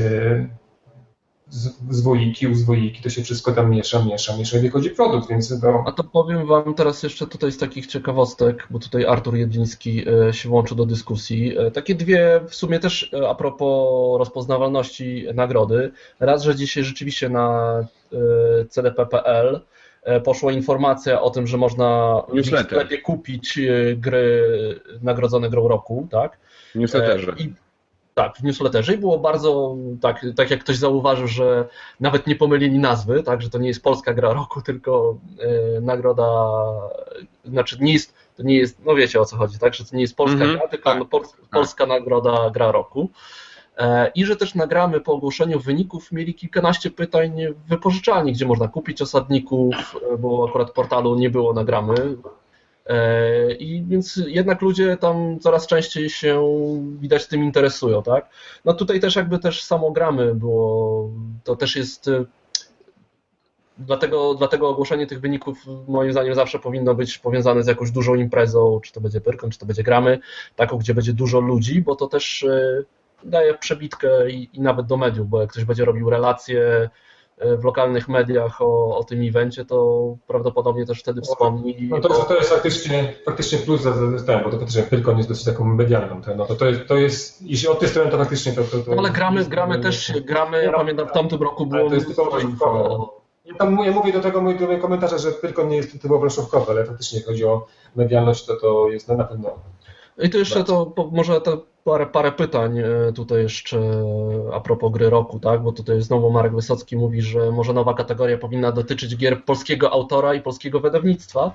[SPEAKER 3] zwoiki, uzwoiki, to się wszystko tam miesza, miesza, miesza i wychodzi produkt, więc to...
[SPEAKER 1] A to powiem wam teraz jeszcze tutaj z takich ciekawostek, bo tutaj Artur Jedliński się włączył do dyskusji. Takie dwie w sumie też a propos rozpoznawalności nagrody. Raz, że dzisiaj rzeczywiście na C D P kropka P L poszła informacja o tym, że można w sklepie kupić gry nagrodzone grą roku, tak?
[SPEAKER 2] W newsletterze.
[SPEAKER 1] I Tak, w newsletterze i było bardzo, tak, tak jak ktoś zauważył, że nawet nie pomylili nazwy, tak, że to nie jest polska gra roku, tylko e, nagroda, znaczy nie jest, to nie jest, no wiecie o co chodzi, tak, że to nie jest polska mm-hmm. gra, tylko tak, pol, polska tak. nagroda gra roku. E, I że też nagramy po ogłoszeniu wyników mieli kilkanaście pytań w wypożyczalni, gdzie można kupić osadników, bo akurat portalu nie było nagramy. I więc jednak ludzie tam coraz częściej się widać tym interesują, tak? No tutaj też jakby też samo gramy było, to też jest, dlatego, dlatego ogłoszenie tych wyników moim zdaniem zawsze powinno być powiązane z jakąś dużą imprezą, czy to będzie Pyrkon, czy to będzie gramy, taką, gdzie będzie dużo ludzi, bo to też daje przebitkę i, i nawet do mediów, bo jak ktoś będzie robił relacje, w lokalnych mediach o, o tym evencie, to prawdopodobnie też wtedy wspomni.
[SPEAKER 3] No to, jest, to jest faktycznie, faktycznie plus za, za, za ten, bo to faktycznie Pyrkon jest dosyć taką medialną. Ten, no to, to, jest, to jest, jeśli od tej strony to faktycznie to... to, to
[SPEAKER 1] no ale
[SPEAKER 3] jest,
[SPEAKER 1] gramy,
[SPEAKER 3] jest,
[SPEAKER 1] gramy też, gramy, ja pamiętam w tamtym roku było
[SPEAKER 3] to jest typowo planszówkowe. Ja, tam, ja mówię do tego mój, do mojego komentarza, że Pyrkon nie jest typowo planszówkowy, ale faktycznie jeśli chodzi o medialność, to to jest na pewno...
[SPEAKER 1] I tu jeszcze to może to parę, parę pytań tutaj jeszcze a propos gry roku, tak? Bo tutaj znowu Marek Wysocki mówi, że może nowa kategoria powinna dotyczyć gier polskiego autora i polskiego wydawnictwa.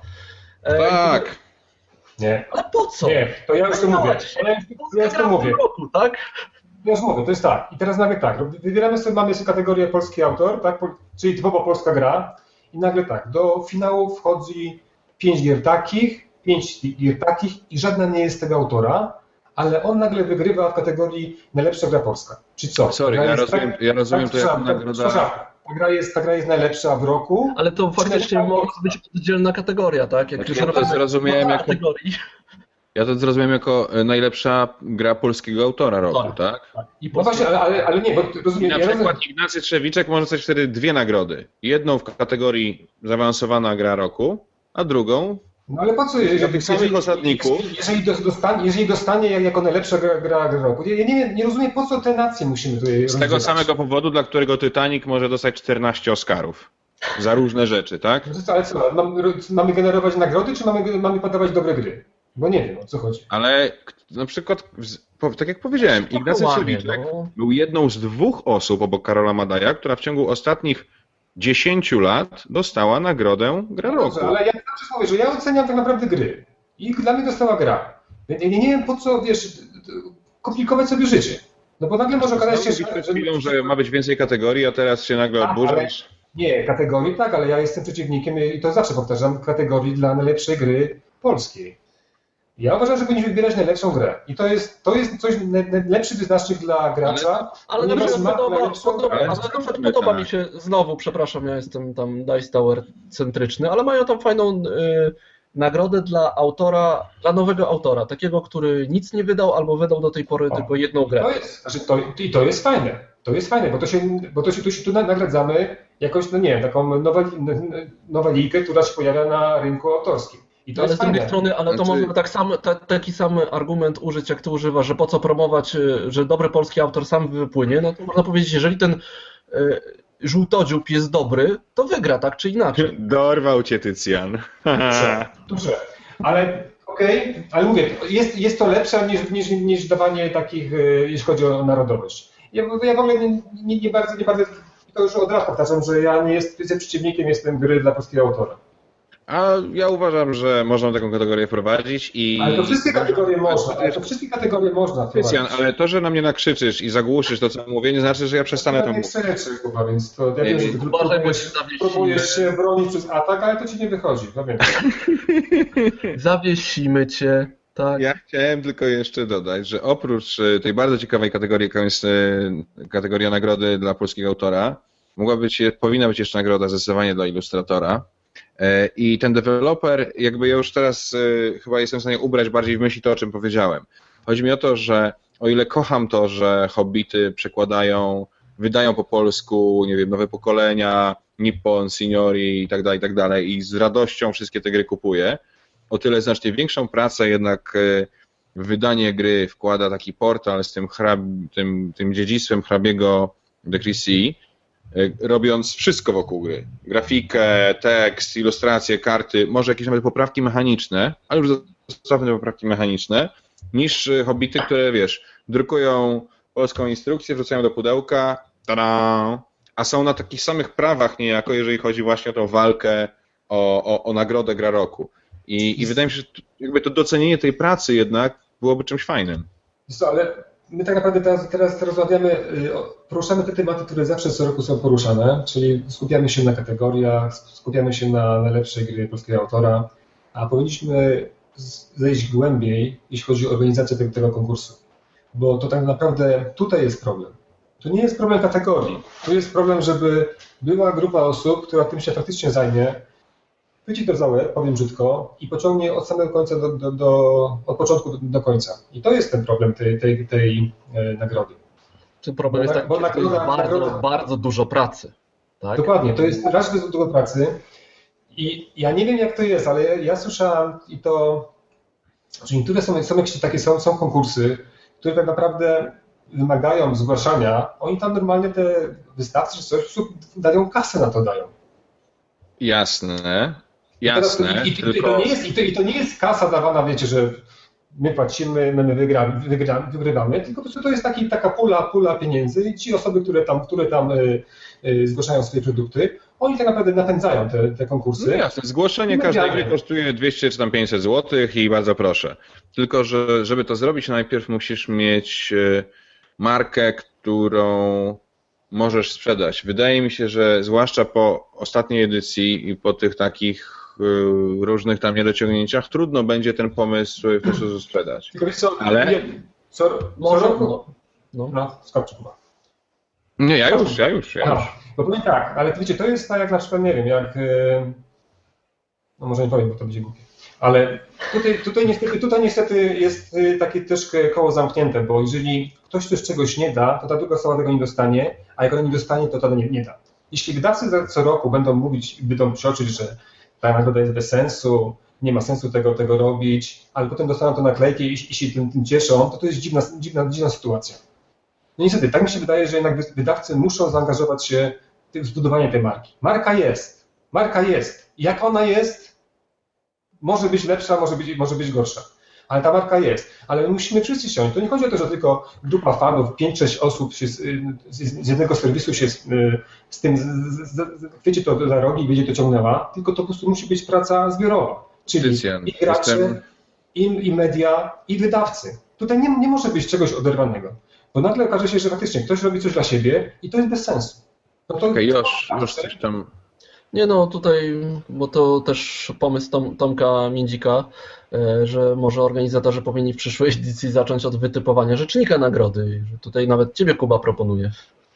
[SPEAKER 2] Tak.
[SPEAKER 3] Nie.
[SPEAKER 1] Ale po co?
[SPEAKER 3] Nie, to ja już to mówię. Ja już, ja już to mówię.
[SPEAKER 1] Roku, tak?
[SPEAKER 3] Ja już mówię, to jest tak. I teraz nagle tak, wybieramy sobie, mamy sobie kategorię polski autor, tak? Czyli typowo polska gra i nagle tak, do finału wchodzi pięć gier takich, pięć gier takich i żadna nie jest tego autora, ale on nagle wygrywa w kategorii najlepsza gra polska. Czy co?
[SPEAKER 2] Sorry, ja rozumiem, ja rozumiem
[SPEAKER 3] tak,
[SPEAKER 2] to jako
[SPEAKER 3] tak,
[SPEAKER 2] nagroda.
[SPEAKER 3] Ta gra, jest, ta gra jest najlepsza w roku.
[SPEAKER 1] Ale to faktycznie mogła być oddzielna kategoria, tak? Jak
[SPEAKER 2] znaczy, ja to zrozumiałem jako,
[SPEAKER 1] kategorii.
[SPEAKER 2] ja to zrozumiałem jako najlepsza gra polskiego autora roku, tak? tak?
[SPEAKER 3] tak. I no właśnie, ale, ale, ale nie, bo rozumiem...
[SPEAKER 2] I na
[SPEAKER 3] ja
[SPEAKER 2] przykład
[SPEAKER 3] rozumiem.
[SPEAKER 2] Ignacy Trzewiczek może dostać wtedy dwie nagrody. Jedną w kategorii zaawansowana gra roku, a drugą
[SPEAKER 3] no ale po co, jeżeli,
[SPEAKER 2] dla tych samych osadników.
[SPEAKER 3] Jeżeli dostanie, jeżeli dostanie jako najlepsza gra, gra, gra roku, ja nie, nie rozumiem, po co te nacje musimy tutaj
[SPEAKER 2] Z tego samego powodu, dla którego Titanic może dostać czternaście Oscarów. Za różne rzeczy, tak?
[SPEAKER 3] Ale co, mamy, mamy generować nagrody, czy mamy, mamy podawać dobre gry? Bo nie wiem, o co chodzi.
[SPEAKER 2] Ale na przykład, tak jak powiedziałem, Ignacy Trzewiczek
[SPEAKER 1] no.
[SPEAKER 2] był jedną z dwóch osób obok Karola Madaja, która w ciągu ostatnich dziesięciu lat dostała nagrodę Gra
[SPEAKER 3] No
[SPEAKER 2] Roku.
[SPEAKER 3] dobrze, ale ja zawsze mówię, że ja oceniam tak naprawdę gry. I dla mnie dostała gra. Ja nie, nie wiem po co, wiesz, komplikować sobie życie. No bo nagle może okazać się, że...
[SPEAKER 2] Przed chwilą, że ma być więcej kategorii, a teraz się nagle
[SPEAKER 3] Tak,
[SPEAKER 2] odburzasz.
[SPEAKER 3] Nie, kategorii tak, ale ja jestem przeciwnikiem i to zawsze powtarzam, kategorii dla najlepszej gry polskiej. Ja uważam, że powinniśmy wybierać najlepszą grę. I to jest, to jest coś, lepszy wyznacznik dla gracza.
[SPEAKER 1] Ale, ale, ale, ma podoba, podoba, ale na przykład podoba mi się, znowu, przepraszam, ja jestem tam Dice Tower centryczny, ale mają tam fajną y, nagrodę dla autora, dla nowego autora, takiego, który nic nie wydał albo wydał do tej pory o, tylko jedną grę.
[SPEAKER 3] To jest, znaczy to, I to jest fajne. To jest fajne, bo to się, bo to się, tu, się tu nagradzamy jakąś, no nie wiem, taką noweli, nowelikę, która się pojawia na rynku autorskim. I to
[SPEAKER 1] ale
[SPEAKER 3] jest
[SPEAKER 1] z drugiej
[SPEAKER 3] fajne.
[SPEAKER 1] strony, ale to
[SPEAKER 2] znaczy...
[SPEAKER 1] można tak sam, ta, taki sam argument użyć, jak ty używasz, że po co promować, że dobry polski autor sam wypłynie, no to można powiedzieć, jeżeli ten y, żółtodziób jest dobry, to wygra, tak czy inaczej.
[SPEAKER 2] Dorwał cię Tycjan.
[SPEAKER 3] Dobrze, dobrze. Ale okej, okay, ale mówię, jest, jest to lepsze niż, niż, niż dawanie takich, jeśli chodzi o narodowość. Ja, ja w ogóle nie, nie, nie bardzo, nie bardzo, to już od razu powtarzam, że ja nie jestem przeciwnikiem, jestem gry dla polskiego autora.
[SPEAKER 2] A ja uważam, że można taką kategorię wprowadzić i...
[SPEAKER 3] Ale to wszystkie kategorie można, ale to wszystkie kategorie można
[SPEAKER 2] Krystian, ale to, że na mnie nakrzyczysz i zagłuszysz to, co mówię, nie znaczy, że ja przestanę to mówić.
[SPEAKER 3] To nie jest chyba, więc to ja wiem, że ty próbujesz, próbujesz się bronić przez atak, ale to ci nie wychodzi, pamiętaj.
[SPEAKER 1] Zawiesimy cię, tak.
[SPEAKER 2] Ja chciałem tylko jeszcze dodać, że oprócz tej bardzo ciekawej kategorii, jaką jest kategoria nagrody dla polskiego autora, mogła być, powinna być jeszcze nagroda zdecydowanie dla ilustratora. I ten deweloper, jakby ja już teraz chyba jestem w stanie ubrać bardziej w myśli to, o czym powiedziałem. Chodzi mi o to, że o ile kocham to, że Hobbity przekładają, wydają po polsku, nie wiem, nowe pokolenia, Nippon, Signori i tak dalej, i tak dalej, i z radością wszystkie te gry kupuję, o tyle znacznie większą pracę jednak w wydanie gry wkłada taki portal z tym, hrab, tym, tym dziedzictwem hrabiego de Crécy, robiąc wszystko wokół gry. Grafikę, tekst, ilustracje, karty, może jakieś nawet poprawki mechaniczne, ale już zostawmy te poprawki mechaniczne, niż Hobbity, które, wiesz, drukują polską instrukcję, wrzucają do pudełka, tada, a są na takich samych prawach niejako, jeżeli chodzi właśnie o tą walkę o, o, o nagrodę Gra Roku. I, i wydaje mi się, że jakby to docenienie tej pracy jednak byłoby czymś fajnym.
[SPEAKER 3] Co, ale my tak naprawdę teraz, teraz rozmawiamy, poruszamy te tematy, które zawsze co roku są poruszane, czyli skupiamy się na kategoriach, skupiamy się na najlepszej gry polskiego autora, a powinniśmy zejść głębiej, jeśli chodzi o organizację tego, tego konkursu. Bo to tak naprawdę tutaj jest problem. To nie jest problem kategorii. To jest problem, żeby była grupa osób, która tym się faktycznie zajmie, chwyci to za łeb, powiem brzydko, i pociągnie od samego końca do, do, do, od początku do, do końca. I to jest ten problem tej, tej, tej e, nagrody.
[SPEAKER 1] Ten problem bo jest taki, że to jest bardzo, nagroda, bardzo dużo pracy. Tak?
[SPEAKER 3] Dokładnie, to jest raz bez długo pracy i ja nie wiem jak to jest, ale ja, ja słyszałem i to, że niektóre są, są jakieś takie, są, są konkursy, które tak naprawdę wymagają zgłaszania, oni tam normalnie te wystawcy czy coś dają kasę na to dają.
[SPEAKER 2] Jasne, jasne.
[SPEAKER 3] I, i,
[SPEAKER 2] tylko...
[SPEAKER 3] i, to nie jest, i, to, I to nie jest kasa dawana, wiecie, że my płacimy, my wygramy, wygramy, wygrywamy, tylko po prostu to jest taki, taka pula, pula pieniędzy i ci osoby, które tam, które tam y, y, zgłaszają swoje produkty, oni tak naprawdę napędzają te, te konkursy.
[SPEAKER 2] No jasne, zgłoszenie każdej gry kosztuje dwieście czy tam pięćset złotych i bardzo proszę. Tylko, że żeby to zrobić, najpierw musisz mieć markę, którą możesz sprzedać. Wydaje mi się, że zwłaszcza po ostatniej edycji i po tych takich różnych tam niedociągnięciach, trudno będzie ten pomysł w ten sposób sprzedać.
[SPEAKER 3] Tylko wiesz co,
[SPEAKER 2] ale...
[SPEAKER 3] Nie, co,
[SPEAKER 1] Może,
[SPEAKER 3] co roku...
[SPEAKER 1] no, no.
[SPEAKER 3] no skończę chyba.
[SPEAKER 2] Nie, ja już, ja już, ja już.
[SPEAKER 3] No powiem tak, ale wiecie, to jest tak jak na przykład, nie wiem, jak... No może nie powiem, bo to będzie głupie. Ale tutaj, tutaj, niestety, tutaj niestety jest takie też koło zamknięte, bo jeżeli ktoś też czegoś nie da, to ta druga osoba tego nie dostanie, a jak ona nie dostanie, to ta nie, nie da. Jeśli wydawcy co roku będą mówić, będą przeoczyć, że ta nagroda jest bez sensu, nie ma sensu tego, tego robić, ale potem dostaną to naklejki i, i się tym, tym cieszą, to to jest dziwna, dziwna, dziwna sytuacja. No niestety, tak mi się wydaje, że jednak wydawcy muszą zaangażować się w zbudowanie tej marki. Marka jest, marka jest. Jak ona jest, może być lepsza, może być, może być gorsza, ale ta marka jest. Ale my musimy wszyscy siąść. To nie chodzi o to, że tylko grupa fanów, pięć sześć osób się z, z, z jednego serwisu się z, z tym, z, z, wiecie to za rogi i będzie to ciągnęła, tylko to po prostu musi być praca zbiorowa. Czyli i gracze, Jestem... i, i media, i wydawcy. Tutaj nie, nie może być czegoś oderwanego. Bo nagle okaże się, że faktycznie ktoś robi coś dla siebie i to jest bez sensu. No to,
[SPEAKER 2] Okej, okay, już, już coś tam...
[SPEAKER 1] Nie no, tutaj, bo to też pomysł Tom, Tomka Międzika, że może organizatorzy powinni w przyszłej edycji zacząć od wytypowania rzecznika nagrody. Że tutaj nawet ciebie, Kuba, proponuję.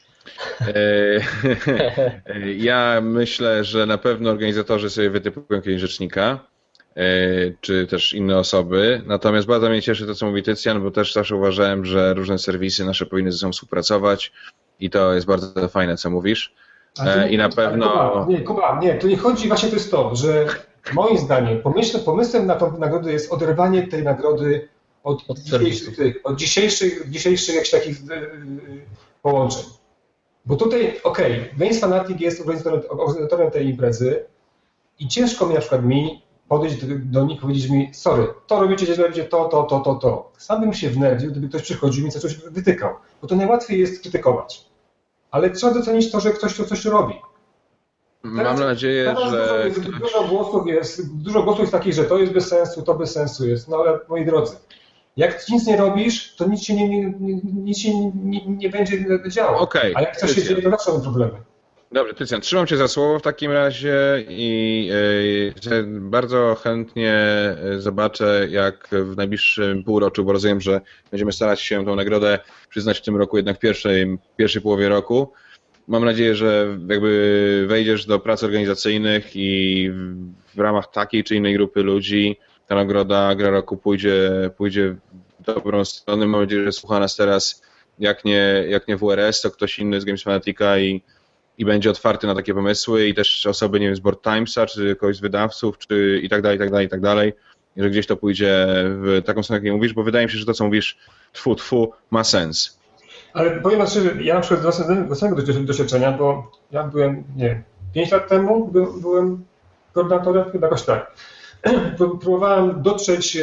[SPEAKER 2] Ja myślę, że na pewno organizatorzy sobie wytypują jakiegoś rzecznika, czy też inne osoby. Natomiast bardzo mnie cieszy to, co mówi Tycjan, bo też zawsze uważałem, że różne serwisy nasze powinny ze sobą współpracować i to jest bardzo fajne, co mówisz.
[SPEAKER 3] Nie,
[SPEAKER 2] I na pewno...
[SPEAKER 3] Kuba, nie, Kuba, nie, tu nie chodzi, właśnie to jest to, że moim zdaniem pomysł, pomysłem na tą nagrodę jest oderwanie tej nagrody od, od dzisiejszych, tych, od dzisiejszych, dzisiejszych jakichś takich yy, połączeń. Bo tutaj, okej, okay, Games Fanatic jest organizatorem, organizatorem tej imprezy i ciężko mi na przykład mi podejść do, do nich i powiedzieć mi, sorry, to robicie źle, robicie to, to, to, to, to. Sam bym się wnerwił, gdyby ktoś przychodził i mi coś wytykał, bo to najłatwiej jest krytykować. Ale trzeba docenić to, że ktoś to coś robi.
[SPEAKER 2] Teraz, Mam nadzieję,
[SPEAKER 3] teraz
[SPEAKER 2] że...
[SPEAKER 3] Dużo, ktoś... dużo, głosów jest, dużo głosów jest takich, że to jest bez sensu, to bez sensu jest. No ale moi drodzy, jak nic nie robisz, to nic się nie, nie, nic się nie, nie, nie będzie działo.
[SPEAKER 2] Okay,
[SPEAKER 3] ale jak coś się dzieje, to zawsze są problemy.
[SPEAKER 2] Dobrze, Tycjan, trzymam Cię za słowo w takim razie i yy, bardzo chętnie zobaczę, jak w najbliższym półroczu, bo rozumiem, że będziemy starać się tę nagrodę przyznać w tym roku jednak w pierwszej, pierwszej połowie roku. Mam nadzieję, że jakby wejdziesz do prac organizacyjnych i w ramach takiej czy innej grupy ludzi ta nagroda Gra Roku pójdzie, pójdzie w dobrą stronę. Mam nadzieję, że słucha nas teraz, jak nie, jak nie W R S, to ktoś inny z Games Fanatica i i będzie otwarty na takie pomysły i też osoby, nie wiem, z Board Timesa, czy kogoś z wydawców, czy i tak dalej, i tak dalej, i tak dalej, i że gdzieś to pójdzie w taką stronę, jak nie mówisz, bo wydaje mi się, że to, co mówisz, tfu, tfu, ma sens.
[SPEAKER 3] Ale powiem wam szczerze, ja na przykład z własnego doświadczenia, bo ja byłem, nie wiem, pięć lat temu byłem, byłem koordynatorem, chyba jakoś tak. Próbowałem dotrzeć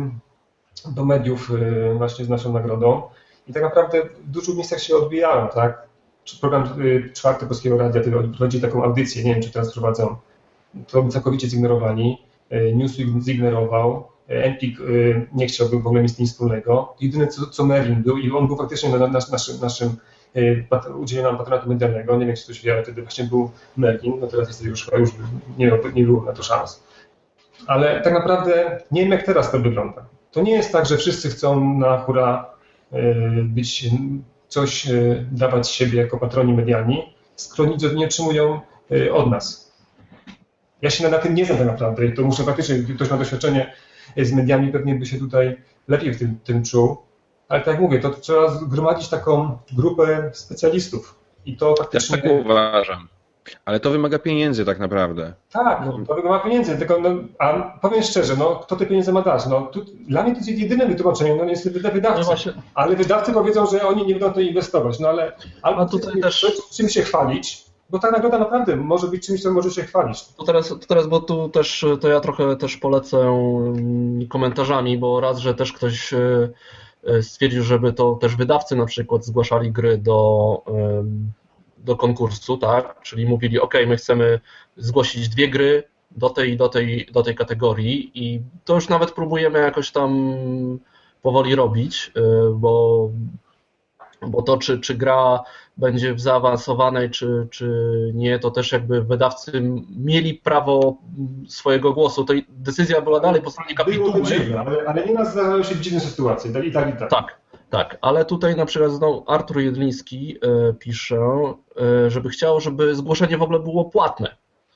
[SPEAKER 3] do mediów właśnie z naszą nagrodą i tak naprawdę w dużych miejscach się odbijałem, tak? Program czwarty Polskiego Radia prowadzi taką audycję, nie wiem, czy teraz prowadzą, to całkowicie zignorowali, Newsweek zignorował, Empik nie chciałby w ogóle mieć z tym wspólnego. Jedyne co, co Merlin był i on był faktycznie na nas, naszym, naszym udzielił nam patronatu medialnego, nie wiem, czy ktoś wie, ale wtedy właśnie był Merlin, no teraz jest już, już nie, nie było na to szans. Ale tak naprawdę nie wiem, jak teraz to wygląda. To nie jest tak, że wszyscy chcą na hura być coś dawać z siebie jako patroni medialni, skoro nic nie otrzymują od nas. Ja się na tym nie znam tak naprawdę i to muszę faktycznie, ktoś ma doświadczenie z mediami, pewnie by się tutaj lepiej w tym, tym czuł, ale tak jak mówię, to trzeba zgromadzić taką grupę specjalistów i to faktycznie...
[SPEAKER 2] Ja tak uważam. Ale to wymaga pieniędzy tak naprawdę.
[SPEAKER 3] Tak, no, to wymaga pieniędzy, tylko no, a powiem szczerze, no, kto te pieniądze ma dać? No, tu, dla mnie to jest jedyne wytłumaczenie, no niestety dla wydawcy,
[SPEAKER 1] No właśnie.
[SPEAKER 3] ale wydawcy powiedzą, że oni nie będą to inwestować, no ale albo
[SPEAKER 1] tutaj też...
[SPEAKER 3] czym się chwalić, bo ta nagroda naprawdę może być czymś, co może się chwalić.
[SPEAKER 1] To teraz, to teraz, bo tu też, to ja trochę też polecę komentarzami, bo raz, że też ktoś stwierdził, żeby to też wydawcy na przykład zgłaszali gry do, do konkursu, tak? Czyli mówili, ok, my chcemy zgłosić dwie gry do tej, do tej, do tej kategorii i to już nawet próbujemy jakoś tam powoli robić, bo, bo to czy, czy gra będzie w zaawansowanej, czy, czy nie, to też jakby wydawcy mieli prawo swojego głosu. To decyzja była dalej po stronie kapituły.
[SPEAKER 3] Dziwne, ale, ale nie nas znalazły się w dziwnej sytuacji, i tak, i tak.
[SPEAKER 1] Tak, tak, ale tutaj na przykład znowu Artur Jedliński e, pisze, e, żeby chciał, żeby zgłoszenie w ogóle było płatne.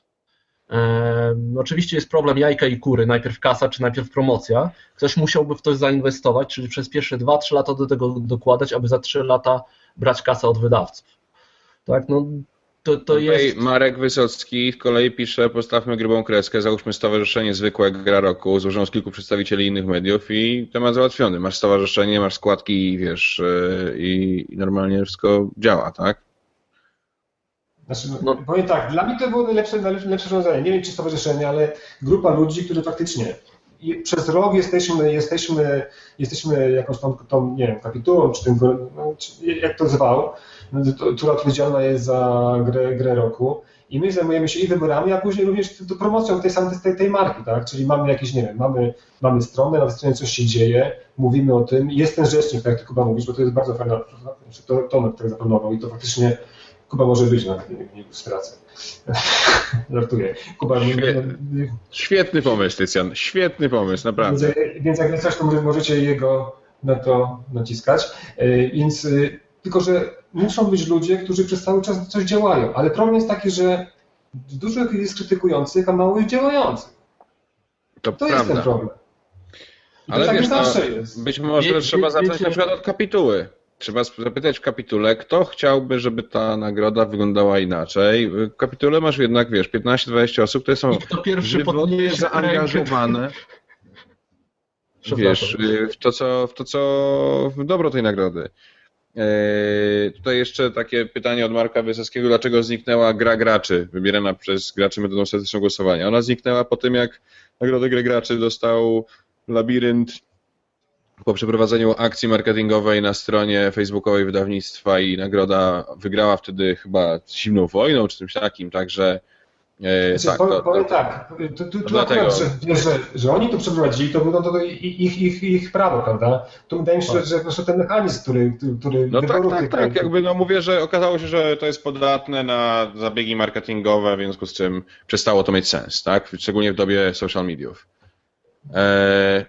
[SPEAKER 1] E, oczywiście jest problem jajka i kury, najpierw kasa czy najpierw promocja. Ktoś musiałby w to zainwestować, czyli przez pierwsze dwa trzy lata do tego dokładać, aby za trzy lata brać kasę od wydawców. Tak, no to, to jest...
[SPEAKER 2] Marek Wysocki z kolei pisze, postawmy grubą kreskę, załóżmy stowarzyszenie zwykłe Gra Roku, złożone z kilku przedstawicieli innych mediów i temat załatwiony. Masz stowarzyszenie, masz składki, wiesz, i normalnie wszystko działa, tak?
[SPEAKER 3] Znaczy, no, powiem tak, dla mnie to było lepsze, lepsze rozwiązanie. Nie wiem, czy stowarzyszenie, ale grupa ludzi, którzy faktycznie i przez rok jesteśmy, jesteśmy, jesteśmy jakąś tą, tą, nie wiem, kapitułą, czy tym, no, czy jak to zwał, która odpowiedzialna jest za grę, grę roku i my zajmujemy się i wyborami, a później również promocją tej samej tej, tej marki, tak? Czyli mamy jakieś, nie wiem, mamy, mamy stronę, na tej stronie coś się dzieje, mówimy o tym, jest ten rzecznik, tak jak ty Kuba mówisz, bo to jest bardzo fajna, to Tomek tak zaplanował i to faktycznie Kuba może być na ilustracji. Żartuję. Kuba,
[SPEAKER 2] świetny pomysł, Tycjan, świetny pomysł, naprawdę.
[SPEAKER 3] Więc, więc jak coś, to możecie jego na to naciskać. Więc tylko, że muszą być ludzie, którzy przez cały czas coś działają, ale problem jest taki, że dużo jest krytykujących, a mało jest działających.
[SPEAKER 2] To,
[SPEAKER 3] to
[SPEAKER 2] prawda.
[SPEAKER 3] jest ten problem. I
[SPEAKER 2] ale
[SPEAKER 3] tak
[SPEAKER 2] wiesz,
[SPEAKER 3] zawsze
[SPEAKER 2] no,
[SPEAKER 3] jest.
[SPEAKER 2] Być może
[SPEAKER 1] Wie,
[SPEAKER 2] trzeba
[SPEAKER 1] wie,
[SPEAKER 2] zacząć
[SPEAKER 1] wiecie,
[SPEAKER 2] na przykład od kapituły. Trzeba zapytać w kapitule, kto chciałby, żeby ta nagroda wyglądała inaczej. W kapitule masz jednak, wiesz, piętnaście dwadzieścia osób, które są żywotnie zaangażowane wiesz, w to, co, w to, co w dobro tej nagrody. Eee, tutaj jeszcze takie pytanie od Marka Wysockiego, dlaczego zniknęła gra graczy, wybierana przez graczy metodą statystycznego głosowania. Ona zniknęła po tym, jak nagrodę gry graczy dostał Labirynt po przeprowadzeniu akcji marketingowej na stronie facebookowej wydawnictwa i nagroda wygrała wtedy chyba z zimną wojną czy czymś takim, także e,
[SPEAKER 3] znaczy,
[SPEAKER 2] tak.
[SPEAKER 3] powiem,
[SPEAKER 2] To,
[SPEAKER 3] powiem
[SPEAKER 2] to,
[SPEAKER 3] tak, tu, tu, tu
[SPEAKER 2] dlatego...
[SPEAKER 3] akurat, że, że, że oni to przeprowadzili, to było to ich, ich, ich prawo, prawda? Tu wydaje mi się, że, że po prostu ten mechanizm, który, który
[SPEAKER 2] No tak, tak,
[SPEAKER 3] tych
[SPEAKER 2] tak, jakby no mówię, że okazało się, że to jest podatne na zabiegi marketingowe, w związku z czym przestało to mieć sens, tak? Szczególnie w dobie social mediów. E,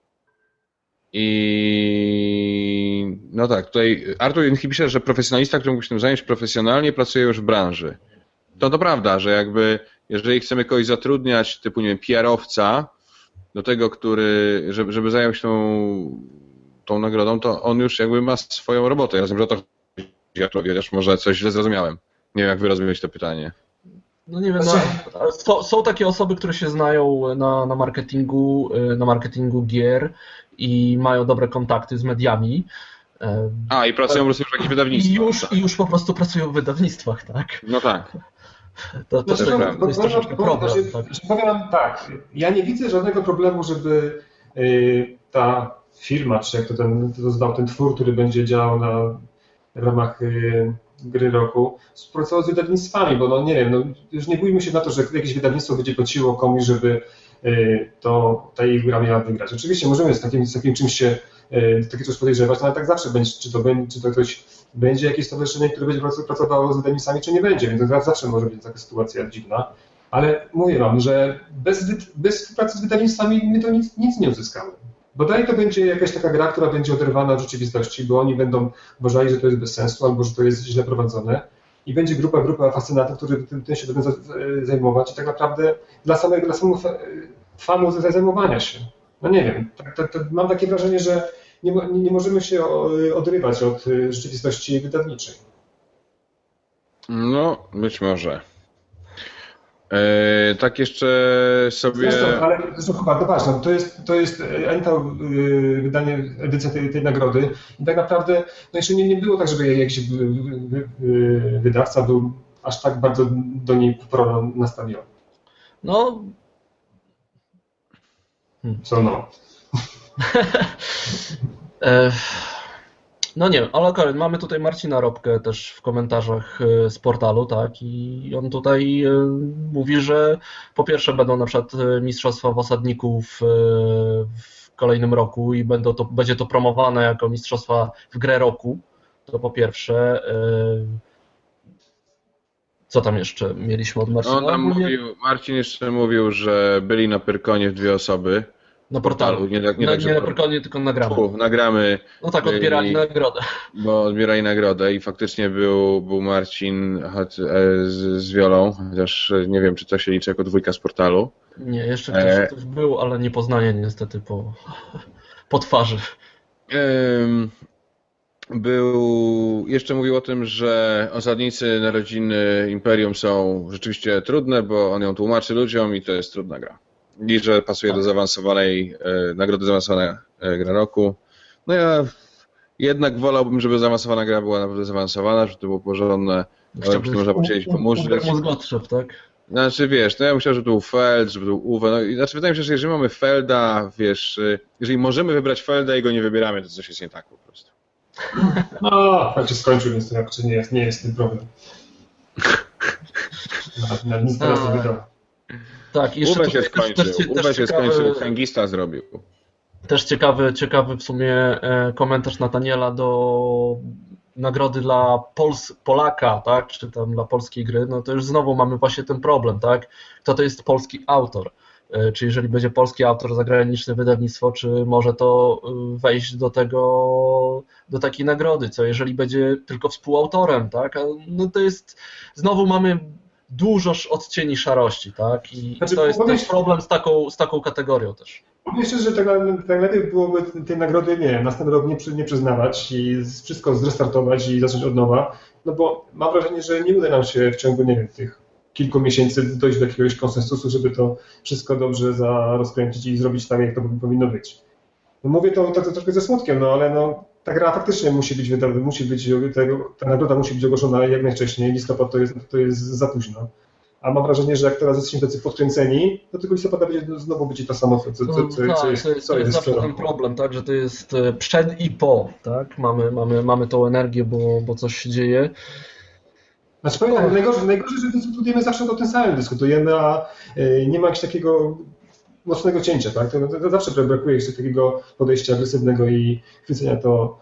[SPEAKER 2] I no tak, tutaj Artur Jedliński pisze, że profesjonalista, który mógł się tym zająć profesjonalnie, pracuje już w branży. To to prawda, że jakby jeżeli chcemy kogoś zatrudniać, typu nie wiem, P R-owca do tego, który, żeby, żeby zajął się tą, tą nagrodą, to on już jakby ma swoją robotę. Ja rozumiem, że o to chodzi, chociaż może coś źle zrozumiałem. Nie wiem, jak wy rozumiecie to pytanie.
[SPEAKER 1] No nie wiem, no, są, są takie osoby, które się znają na, na marketingu, na marketingu gier i mają dobre kontakty z mediami.
[SPEAKER 2] A, i pracują po prostu w jakichś wydawnictwach.
[SPEAKER 1] I już,
[SPEAKER 2] tak.
[SPEAKER 1] I już po prostu pracują w wydawnictwach, tak?
[SPEAKER 2] No tak.
[SPEAKER 1] To, to,
[SPEAKER 3] znaczy,
[SPEAKER 1] to,
[SPEAKER 3] to,
[SPEAKER 1] to jest
[SPEAKER 3] bo,
[SPEAKER 1] troszeczkę
[SPEAKER 3] bo,
[SPEAKER 1] problem.
[SPEAKER 3] znaczy,
[SPEAKER 1] Tak.
[SPEAKER 3] Powiem wam tak, ja nie widzę żadnego problemu, żeby y, ta firma, czy jak to ten, to zdał ten twór, który będzie działał na, w ramach y, gry roku, współpracował z wydawnictwami, bo no nie wiem, no, już nie bójmy się na to, że jakieś wydawnictwo będzie płaciło komuś, żeby y, to, ta ich gra miała wygrać. Oczywiście możemy z takim, z takim czymś się y, takie coś podejrzewać, no, ale tak zawsze będzie, czy to, będzie, czy to ktoś będzie jakieś stowarzyszenie, które będzie pracowało z wydawnictwami, czy nie będzie, więc to zawsze może być taka sytuacja dziwna. Ale mówię wam, że bez, bez współpracy z wydawnictwami my to nic, nic nie uzyskamy. Bodaj to będzie jakaś taka gra, która będzie oderwana od rzeczywistości, bo oni będą uważali, że to jest bez sensu albo że to jest źle prowadzone i będzie grupa, grupa fascynatów, którzy tym, tym się będą zajmować i tak naprawdę dla samego, dla samego fanu zajmowania się. No nie wiem, tak, tak, tak, mam takie wrażenie, że nie, nie możemy się odrywać od rzeczywistości wydawniczej.
[SPEAKER 2] No, być może. E, tak jeszcze sobie...
[SPEAKER 3] Zresztą, ale zresztą chyba bardzo ważne, to jest, to jest Enta yy, wydanie, edycja tej, tej nagrody i tak naprawdę no jeszcze nie, nie było tak, żeby jakiś wy, wy, wy, wydawca był aż tak bardzo do niej pro nastawiony.
[SPEAKER 1] No...
[SPEAKER 3] Co no?
[SPEAKER 1] No nie wiem, ale okej, mamy tutaj Marcina Robkę też w komentarzach z portalu, tak, i on tutaj mówi, że po pierwsze będą na przykład mistrzostwa w osadników w kolejnym roku i będą to, będzie to promowane jako mistrzostwa w grę roku, to po pierwsze. Co tam jeszcze mieliśmy od Marcina?
[SPEAKER 2] On tam mówił, Marcin jeszcze mówił, że byli na Pyrkonie w dwie osoby.
[SPEAKER 1] Na portalu.
[SPEAKER 2] Nie, nie,
[SPEAKER 1] nie,
[SPEAKER 2] tak,
[SPEAKER 1] nie na Pyrkonie, tylko nagramy.
[SPEAKER 2] Uf, nagramy.
[SPEAKER 1] No tak, odbierali byli, nagrodę.
[SPEAKER 2] Bo odbierali nagrodę i faktycznie był, był Marcin z, z Wiolą, chociaż nie wiem, czy to się liczy jako dwójka z portalu.
[SPEAKER 1] Nie, jeszcze ktoś, e... ktoś był, ale nie poznaję niestety po, po twarzy.
[SPEAKER 2] Um, Był, jeszcze mówił o tym, że osadnicy Narodziny Imperium są rzeczywiście trudne, bo on ją tłumaczy ludziom i to jest trudna gra. I że pasuje do zaawansowanej, e, nagrody zaawansowana e, gra roku. No ja jednak wolałbym, żeby zaawansowana gra była naprawdę zaawansowana, żeby to było porządne, ale przy tym można podzielić pomóżeć.
[SPEAKER 1] Tak?
[SPEAKER 2] Znaczy wiesz, no ja myślałem, że to był Feld, żeby to był Uwe. No, znaczy wydaje mi się, że jeżeli mamy Felda, wiesz, jeżeli możemy wybrać Felda i go nie wybieramy, to coś jest nie tak po prostu.
[SPEAKER 3] No, tak się skończył, więc to jakoś nie jest, nie jest ten problem. Na, na nic teraz nie wydał.
[SPEAKER 1] Tak, jeszcze
[SPEAKER 2] Uwe się skończył, też, też, Uwe też się ciekawy, skończył, Hengista zrobił.
[SPEAKER 1] Też ciekawy, ciekawy w sumie komentarz Nataniela do nagrody dla Pols Polaka, tak, czy tam dla polskiej gry, no to już znowu mamy właśnie ten problem, tak, kto to jest polski autor. Czy jeżeli będzie polski autor, zagraniczne wydawnictwo, czy może to wejść do tego, do takiej nagrody, co jeżeli będzie tylko współautorem, tak? No to jest, znowu mamy dużo odcieni szarości, tak? I znaczy, to jest też problem z taką, z taką kategorią też.
[SPEAKER 3] Myślę, że tak, tak lepiej byłoby tej nagrody, nie wiem, następny rok nie, nie przyznawać i wszystko zrestartować i zacząć od nowa, no bo mam wrażenie, że nie uda nam się w ciągu, nie wiem, tych kilku miesięcy dojść do jakiegoś konsensusu, żeby to wszystko dobrze rozkręcić i zrobić tak, jak to powinno być. No mówię to tak troszkę ze smutkiem, no ale no, ta gra faktycznie musi być wydana, musi być, tego, ta nagroda musi być ogłoszona jak najwcześniej, listopad to jest, to jest za późno. A mam wrażenie, że jak teraz jesteśmy tacy podkręceni, to tylko listopada będzie znowu będzie to samo, co, co, co, co,
[SPEAKER 1] no,
[SPEAKER 3] co
[SPEAKER 1] tak,
[SPEAKER 3] jest.
[SPEAKER 1] To jest,
[SPEAKER 3] co
[SPEAKER 1] to jest,
[SPEAKER 3] jest
[SPEAKER 1] zawsze ten problem, tak, że to jest przed i po, tak? Mamy, mamy, mamy tą energię, bo, bo coś się dzieje.
[SPEAKER 3] Znaczy powiem tak, najgorzej, najgorzej, że dyskutujemy zawsze o tym samym, dyskutujemy, a nie ma jakiegoś takiego mocnego cięcia, tak? To, to, to zawsze brakuje jeszcze takiego podejścia agresywnego i chwycenia to,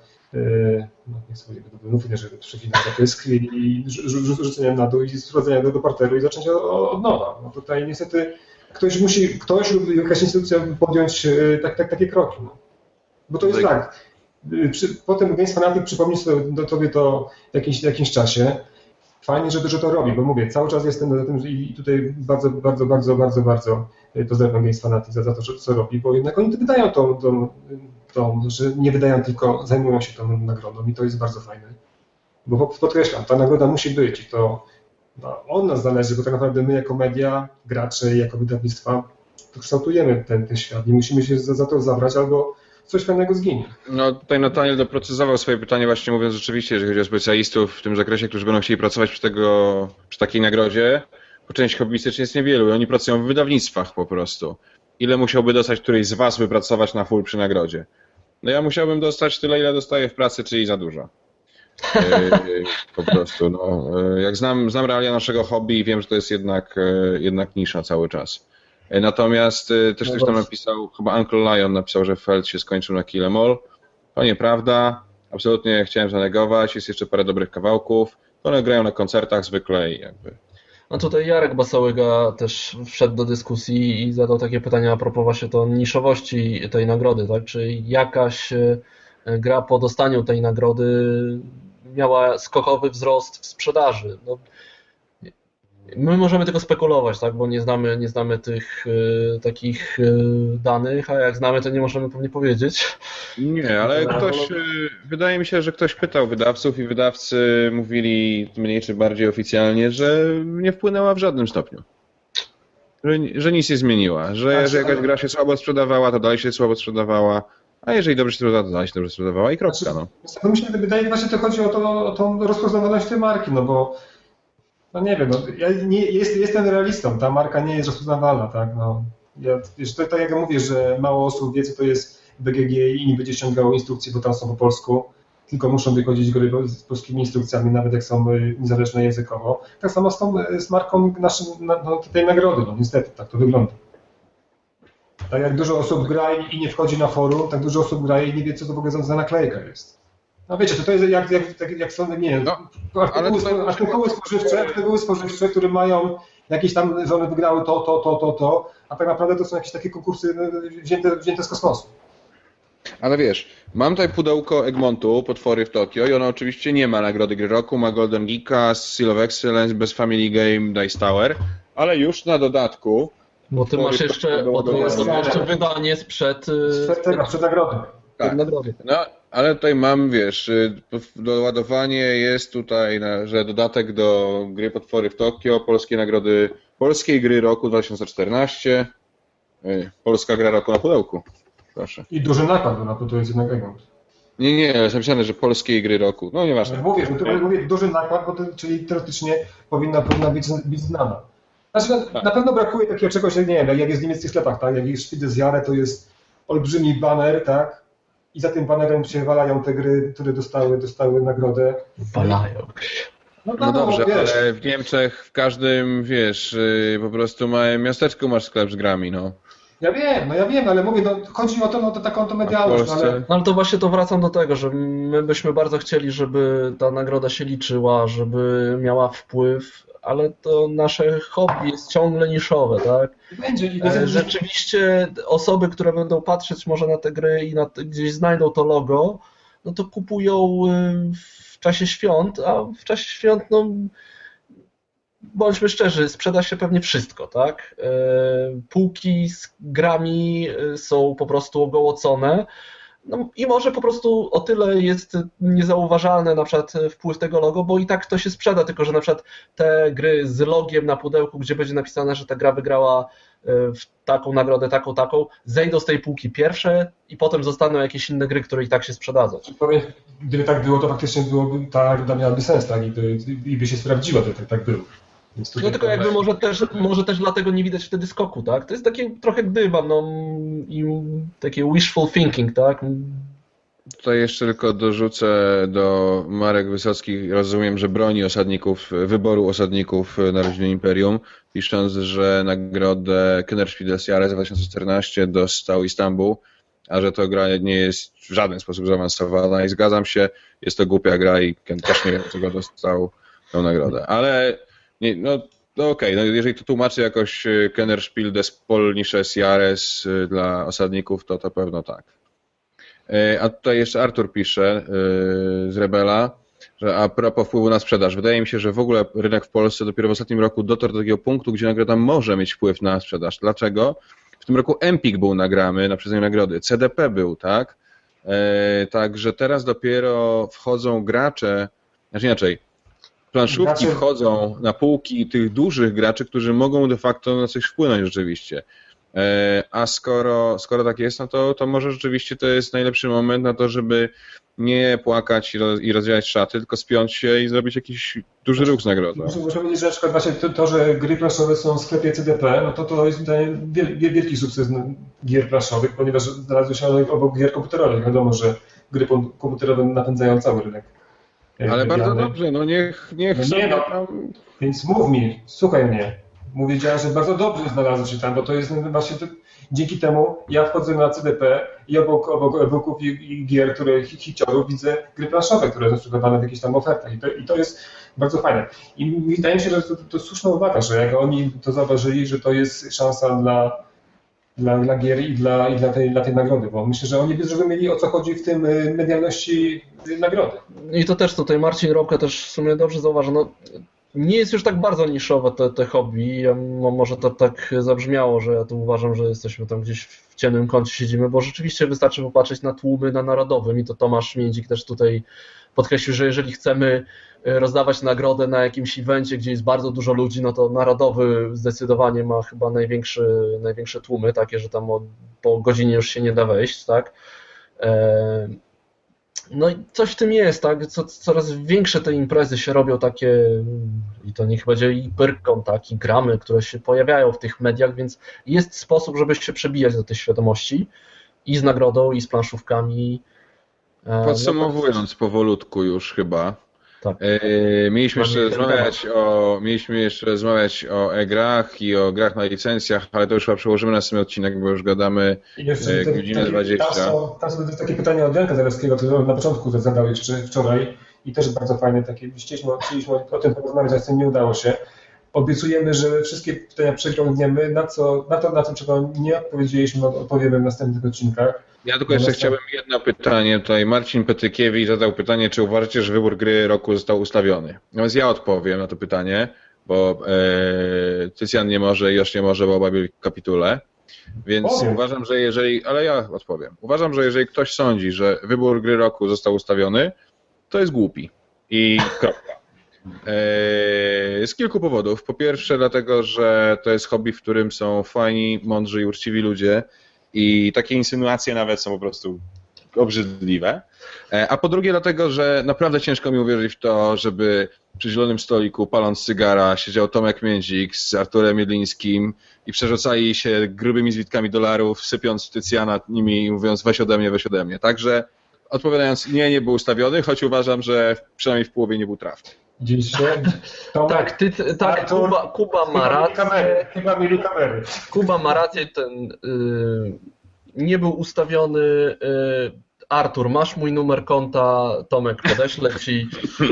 [SPEAKER 3] no nie chcę powiedzieć, mówię, że przewinę za pysk i rzucenia na dół i sprowadzenia do, do parteru i zacząć od nowa. No tutaj niestety ktoś musi, ktoś lub jakaś instytucja podjąć tak, tak, takie kroki. No. Bo to jest tak, przy, potem Games Fanatic przypomni sobie do tobie to w jakimś, w jakimś czasie. Fajnie, że dużo to robi, bo mówię, cały czas jestem za tym i tutaj bardzo, bardzo, bardzo, bardzo, bardzo pozdrawiam Games Fanatic za, za to, że co robi, bo jednak oni wydają tą, tą, tą, że nie wydają, tylko zajmują się tą nagrodą i to jest bardzo fajne. Bo podkreślam, ta nagroda musi być i to no, od nas zależy, bo tak naprawdę my jako media, gracze i jako wydawnictwa to kształtujemy ten, ten świat i musimy się za, za to zabrać albo coś fajnego zginie.
[SPEAKER 2] No tutaj Nataniel doprecyzował swoje pytanie właśnie mówiąc rzeczywiście, jeżeli chodzi o specjalistów w tym zakresie, którzy będą chcieli pracować przy, tego, przy takiej nagrodzie, bo część hobbystycznie jest niewielu i oni pracują w wydawnictwach po prostu. Ile musiałby dostać któryś z was, by pracować na full przy nagrodzie? No ja musiałbym dostać tyle, ile dostaję w pracy, czyli za dużo. Yy, po prostu, no. Jak znam, znam realia naszego hobby i wiem, że to jest jednak, jednak nisza cały czas. Natomiast też ktoś tam napisał, chyba Uncle Lion napisał, że Feld się skończył na Kill Em All. To nieprawda, absolutnie chciałem zanegować, jest jeszcze parę dobrych kawałków. One grają na koncertach zwykle i jakby...
[SPEAKER 1] No tutaj Jarek Basałyga też wszedł do dyskusji i zadał takie pytania a propos właśnie to niszowości tej nagrody, tak? Czy jakaś gra po dostaniu tej nagrody miała skokowy wzrost w sprzedaży? No, my możemy tylko spekulować, tak? Bo nie znamy, nie znamy tych y, takich y, danych, a jak znamy, to nie możemy pewnie powiedzieć.
[SPEAKER 2] Nie, ale ktoś, y, wydaje mi się, że ktoś pytał wydawców i wydawcy mówili mniej czy bardziej oficjalnie, że nie wpłynęła w żadnym stopniu. że, że nic nie zmieniła, że,
[SPEAKER 3] Tak,
[SPEAKER 2] że jakaś
[SPEAKER 3] ale-
[SPEAKER 2] gra się słabo sprzedawała, to dalej się słabo sprzedawała, a jeżeli dobrze się sprzedawała, to dalej się dobrze sprzedawała i kropka, no.
[SPEAKER 3] Znaczy, mi się wydaje, że właśnie to chodzi o, to, o tą rozpoznawalność tej marki, no bo no nie wiem, no, ja nie, jest, jestem realistą, ta marka nie jest rozpoznawalna, tak, no. Ja, wiesz, to, tak jak mówię, że mało osób wie, co to jest B G G i nie będzie ściągało instrukcji, bo tam są po polsku, tylko muszą wychodzić gry z polskimi instrukcjami, nawet jak są niezależne językowo. Tak samo z, tą, z marką naszym, na, no, tej nagrody, no niestety, tak to wygląda. Tak jak dużo osób gra i nie wchodzi na forum, tak dużo osób gra i nie wie, co to w ogóle za naklejka jest. No wiecie, to, to jest jak, jak, jak, jak są, nie wiem,
[SPEAKER 2] No,
[SPEAKER 3] artykuły,
[SPEAKER 2] tutaj-
[SPEAKER 3] artykuły, spożywcze, artykuły spożywcze, które mają jakieś tam, że one wygrały to, to, to, to, to, a tak naprawdę to są jakieś takie konkursy no, wzięte, wzięte z kosmosu.
[SPEAKER 2] Ale wiesz, mam tutaj pudełko Egmontu, Potwory w Tokio i ono oczywiście nie ma nagrody gry roku, ma Golden Geeka, Seal of Excellence, bez Family Game, Dice Tower, ale już na dodatku...
[SPEAKER 1] Bo ty masz jeszcze, bo ty masz jeszcze wydanie sprzed,
[SPEAKER 3] Przed tego, przed nagrodą.
[SPEAKER 2] Tak.
[SPEAKER 1] nagrody.
[SPEAKER 2] No, ale tutaj mam, wiesz, doładowanie jest tutaj, że dodatek do gry Potwory w Tokio, polskie nagrody, polskiej gry roku dwa tysiące czternaście, polska gra roku na pudełku. Proszę.
[SPEAKER 3] I duży nakład, bo na to, to jest jednak Egmont.
[SPEAKER 2] Nie, nie, jest napisane, że polskiej gry roku. No nieważne.
[SPEAKER 3] Mówię, że tu mówię duży nakład, bo to, czyli teoretycznie powinna, powinna być, być znana. Znaczy, na,
[SPEAKER 2] Tak.
[SPEAKER 3] na pewno brakuje takiego czegoś, nie wiem, jak jest w niemieckich sklepach, tak? Jak jest Spiel des Jahres, to jest olbrzymi baner, tak? I za tym banerem się walają te gry, które dostały, dostały nagrodę.
[SPEAKER 1] Walają.
[SPEAKER 2] No dobrze,
[SPEAKER 3] wiesz,
[SPEAKER 2] ale w Niemczech w każdym, wiesz, yy, po prostu małym miasteczku masz sklep z grami, no.
[SPEAKER 3] Ja wiem, no ja wiem, ale mówię, no, chodzi o to, no, to taką to medialność, no,
[SPEAKER 2] Polsce?
[SPEAKER 3] ale
[SPEAKER 1] No ale to właśnie to wracam do tego, że my byśmy bardzo chcieli, żeby ta nagroda się liczyła, żeby miała wpływ, ale to nasze hobby jest ciągle niszowe, tak?
[SPEAKER 3] będzie. I
[SPEAKER 1] E,
[SPEAKER 3] będzie
[SPEAKER 1] Rzeczywiście osoby, które będą patrzeć może na te gry i na te, gdzieś znajdą to logo, no to kupują y, w czasie świąt, a w czasie świąt, no bądźmy szczerzy, sprzeda się pewnie wszystko, tak? E, Półki z grami y, są po prostu ogołocone. No i może po prostu o tyle jest niezauważalny na przykład wpływ tego logo, bo i tak to się sprzeda, tylko że na przykład te gry z logiem na pudełku, gdzie będzie napisane, że ta gra wygrała w taką nagrodę, taką, taką, zejdą z tej półki pierwsze i potem zostaną jakieś inne gry, które i tak się sprzedadzą.
[SPEAKER 3] powiem, gdyby tak było, to faktycznie byłoby, ta nagroda miałaby sens, tak? I, by, i by się sprawdziło, że tak, tak było. Więc tutaj
[SPEAKER 1] No tylko jakby może też, może też dlatego nie widać wtedy skoku, tak? To jest takie trochę gdybam, no i takie wishful thinking, tak?
[SPEAKER 2] Tutaj jeszcze tylko dorzucę do Marek Wysocki, rozumiem, że broni osadników, wyboru osadników Narodzin Imperium, pisząc, że nagrodę Kennerspiel des Jahres dwa tysiące czternaście dostał Istanbul, a że to gra nie jest w żaden sposób zaawansowana i zgadzam się, jest to głupia gra i Ken też nie wiem, dlaczego dostał tę nagrodę. Ale nie, no, no okej, okay, no jeżeli to tłumaczy jakoś Kennerspiel des Polnisches Jahres dla osadników, to to pewno tak. A tutaj jeszcze Artur pisze z Rebela, że a propos wpływu na sprzedaż. Wydaje mi się, że w ogóle rynek w Polsce dopiero w ostatnim roku dotarł do takiego punktu, gdzie nagroda może mieć wpływ na sprzedaż. Dlaczego? W tym roku Empik był nagrany na przyznanie nagrody, C D P był, tak? Także teraz dopiero wchodzą gracze, znaczy inaczej, planszówki
[SPEAKER 3] Gracze-
[SPEAKER 2] wchodzą na półki tych dużych graczy, którzy mogą de facto na coś wpłynąć rzeczywiście. A skoro, skoro tak jest, no to, to może rzeczywiście to jest najlepszy moment na to, żeby nie płakać i, roz, i rozwijać szaty, tylko spiąć się i zrobić jakiś duży ruch z nagrodą.
[SPEAKER 3] Muszę, muszę powiedzieć, że na przykład właśnie to, to, że gry planszowe są w sklepie C D P, no to to jest wiel, wielki sukces gier planszowych, ponieważ znalazły się one obok gier komputerowych. Wiadomo, że gry komputerowe napędzają cały rynek.
[SPEAKER 2] Ale bardzo
[SPEAKER 3] medialny.
[SPEAKER 2] dobrze, no niech, niech
[SPEAKER 3] No nie,
[SPEAKER 2] sobie
[SPEAKER 3] no.
[SPEAKER 2] tam...
[SPEAKER 3] Więc mów mi, słuchaj mnie. Mówię, że bardzo dobrze znalazły się tam, bo to jest właśnie to, dzięki temu ja wchodzę na C D P i obok, obok e-booków i, i gier, które hiciorów widzę gry planszowe, które są sprzedawane w jakichś tam ofertach i to, i to jest bardzo fajne. I wydaje mi się, że to, to słuszna uwaga, że jak oni to zauważyli, że to jest szansa dla, dla, dla gier i dla, i dla, tej, dla tej nagrody, bo myślę, że oni by zrozumieli, o co chodzi w tym medialności nagrody.
[SPEAKER 1] I to też tutaj Marcin Robka też w sumie dobrze zauważył. No, nie jest już tak bardzo niszowe te, te hobby. Ja, może to tak zabrzmiało, że ja tu uważam, że jesteśmy tam gdzieś w ciemnym kącie siedzimy, bo rzeczywiście wystarczy popatrzeć na tłumy na Narodowym i to Tomasz Międzik też tutaj podkreślił, że jeżeli chcemy rozdawać nagrodę na jakimś evencie, gdzie jest bardzo dużo ludzi, no to Narodowy zdecydowanie ma chyba największy, największe tłumy, takie, że tam o, po godzinie już się nie da wejść, tak? E, No i coś w tym jest, tak? Co, coraz większe te imprezy się robią takie, i to niech będzie i Pyrkon, tak, i gramy, które się pojawiają w tych mediach, więc jest sposób, żeby się przebijać do tej świadomości i z nagrodą, i z planszówkami.
[SPEAKER 2] Podsumowując no, powolutku już chyba,
[SPEAKER 1] tak.
[SPEAKER 2] e, mieliśmy, jeszcze rozmawiać o, mieliśmy jeszcze rozmawiać o e-grach i o grach na licencjach, ale to już chyba przełożymy na sam odcinek, bo już gadamy e, godzinę dwadzieścia.
[SPEAKER 3] Tam są, tam są takie pytania od Janka Zalewskiego, który na początku zadał jeszcze wczoraj i też bardzo fajne takie. Chcieliśmy, chcieliśmy o tym porozmawiać, ale z tym nie udało się. Obiecujemy, że wszystkie pytania przeglądniemy, na, co, na to, na tym, czego nie odpowiedzieliśmy, odpowiemy w następnych odcinkach.
[SPEAKER 2] Ja tylko jeszcze chciałbym jedno pytanie. Tutaj Marcin Petykiewicz zadał pytanie, czy uważacie, że wybór gry roku został ustawiony? No więc ja odpowiem na to pytanie, bo e, Tycjan nie może, Josz nie może, bo oba byli w kapitule. Więc Powiem. uważam, że jeżeli, ale ja odpowiem. Uważam, że jeżeli ktoś sądzi, że wybór gry roku został ustawiony, to jest głupi. I kropka. E, z kilku powodów. Po pierwsze dlatego, że to jest hobby, w którym są fajni, mądrzy i uczciwi ludzie i takie insynuacje nawet są po prostu obrzydliwe. E, a po drugie dlatego, że naprawdę ciężko mi uwierzyć w to, żeby przy zielonym stoliku, paląc cygara, siedział Tomek Międzik z Arturem Jedlińskim i przerzucali się grubymi zwitkami dolarów, sypiąc Tycjana nimi i mówiąc weź ode mnie, weź ode mnie. Także odpowiadając, nie, nie był ustawiony, choć uważam, że przynajmniej w połowie nie był trafny.
[SPEAKER 3] Widzicie?
[SPEAKER 1] Tak, ty, tak Artur, Kuba, Kuba ma rację.
[SPEAKER 3] Chyba mieli kamery.
[SPEAKER 1] Kuba ma rację, ten y, nie był ustawiony. Y, Artur, masz mój numer konta, Tomek podeślę ci.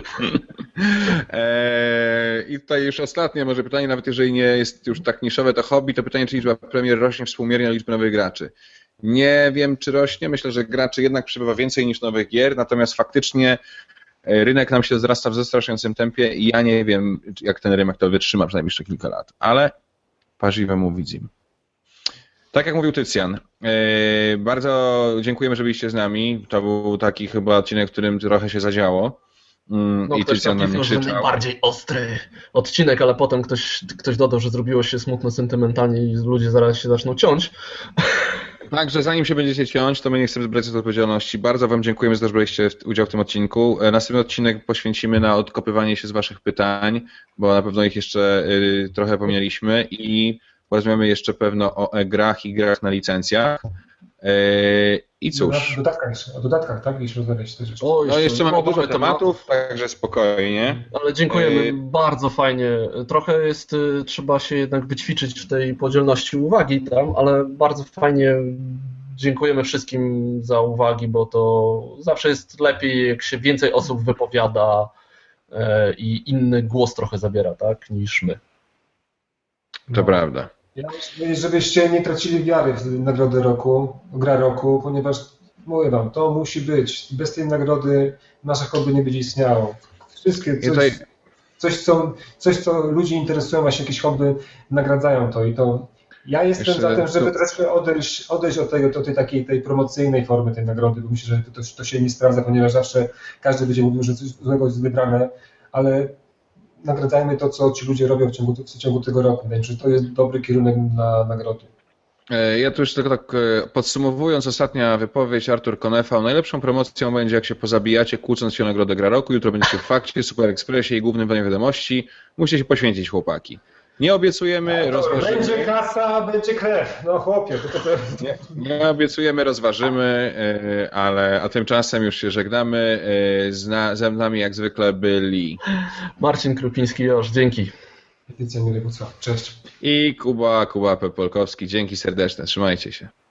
[SPEAKER 2] eee, I tutaj już ostatnie może pytanie, nawet jeżeli nie jest już tak niszowe to hobby, to pytanie, czy liczba premier rośnie współmiernie do liczby nowych graczy. Nie wiem, czy rośnie. Myślę, że graczy jednak przybywa więcej niż nowych gier, natomiast faktycznie rynek nam się wzrasta w zastraszającym tempie i ja nie wiem, jak ten rynek to wytrzyma przynajmniej jeszcze kilka lat, ale parzywemu widzim. Tak jak mówił Tycjan, yy, bardzo dziękujemy, że byliście z nami. To był taki chyba odcinek, w którym trochę się zadziało. Yy,
[SPEAKER 1] no,
[SPEAKER 2] i Tycjan na mnie krzyczał.
[SPEAKER 1] Najbardziej ostry odcinek, ale potem ktoś, ktoś dodał, że zrobiło się smutno, sentymentalnie i ludzie zaraz się zaczną ciąć.
[SPEAKER 2] Także zanim się będziecie ciąć, to my nie chcemy zbrać z odpowiedzialności. Bardzo wam dziękujemy za to, że braliście udział w tym odcinku. Następny odcinek poświęcimy na odkopywanie się z waszych pytań, bo na pewno ich jeszcze y, trochę pomnieliśmy i porozmawiamy jeszcze pewno o e-grach i grach na licencjach. Y, I cóż.
[SPEAKER 3] O dodatkach jeszcze, o dodatkach, tak? Jeśli rozmawiać te rzeczy.
[SPEAKER 2] O, jeszcze, no jeszcze mamy dużo tematów, także spokojnie.
[SPEAKER 1] Ale dziękujemy, y... bardzo fajnie. Trochę jest, trzeba się jednak wyćwiczyć w tej podzielności uwagi tam, ale bardzo fajnie dziękujemy wszystkim za uwagi, bo to zawsze jest lepiej, jak się więcej osób wypowiada i inny głos trochę zabiera, tak, niż my.
[SPEAKER 2] To no. Prawda.
[SPEAKER 3] Ja myślę, żebyście nie tracili wiary w nagrodę roku, gra roku, ponieważ mówię wam, to musi być. Bez tej nagrody nasze hobby nie będzie istniało. Wszystkie coś, tutaj... coś, co, coś, co ludzi interesują, właśnie jakieś hobby nagradzają to i to. Ja jestem Jeszcze za tym, żeby to... troszkę odejść, odejść od tego, do tej takiej tej promocyjnej formy tej nagrody, bo myślę, że to, to się nie sprawdza, ponieważ zawsze każdy będzie mówił, że coś złego jest wybrane, ale nagradzajmy to, co ci ludzie robią w ciągu, w ciągu tego roku. Więc to jest dobry kierunek na nagrody.
[SPEAKER 2] Ja tu już tylko tak podsumowując, ostatnia wypowiedź, Artur Konefa. Najlepszą promocją będzie, jak się pozabijacie, kłócąc się o nagrodę Gra Roku. Jutro będziecie w Fakcie, Super Expressie i głównym wydaniu wiadomości. Musicie się poświęcić, chłopaki. Nie obiecujemy, rozważymy.
[SPEAKER 3] Będzie kasa, będzie krew. No chłopie. To, to, to...
[SPEAKER 2] Nie, nie obiecujemy, rozważymy, ale a tymczasem już się żegnamy. Z ze nami jak zwykle byli
[SPEAKER 1] Marcin Krupiński-Josz, dzięki.
[SPEAKER 3] Edycja Mirek Włocław, cześć.
[SPEAKER 2] I Kuba, Kuba Pepolkowski, dzięki serdeczne, trzymajcie się.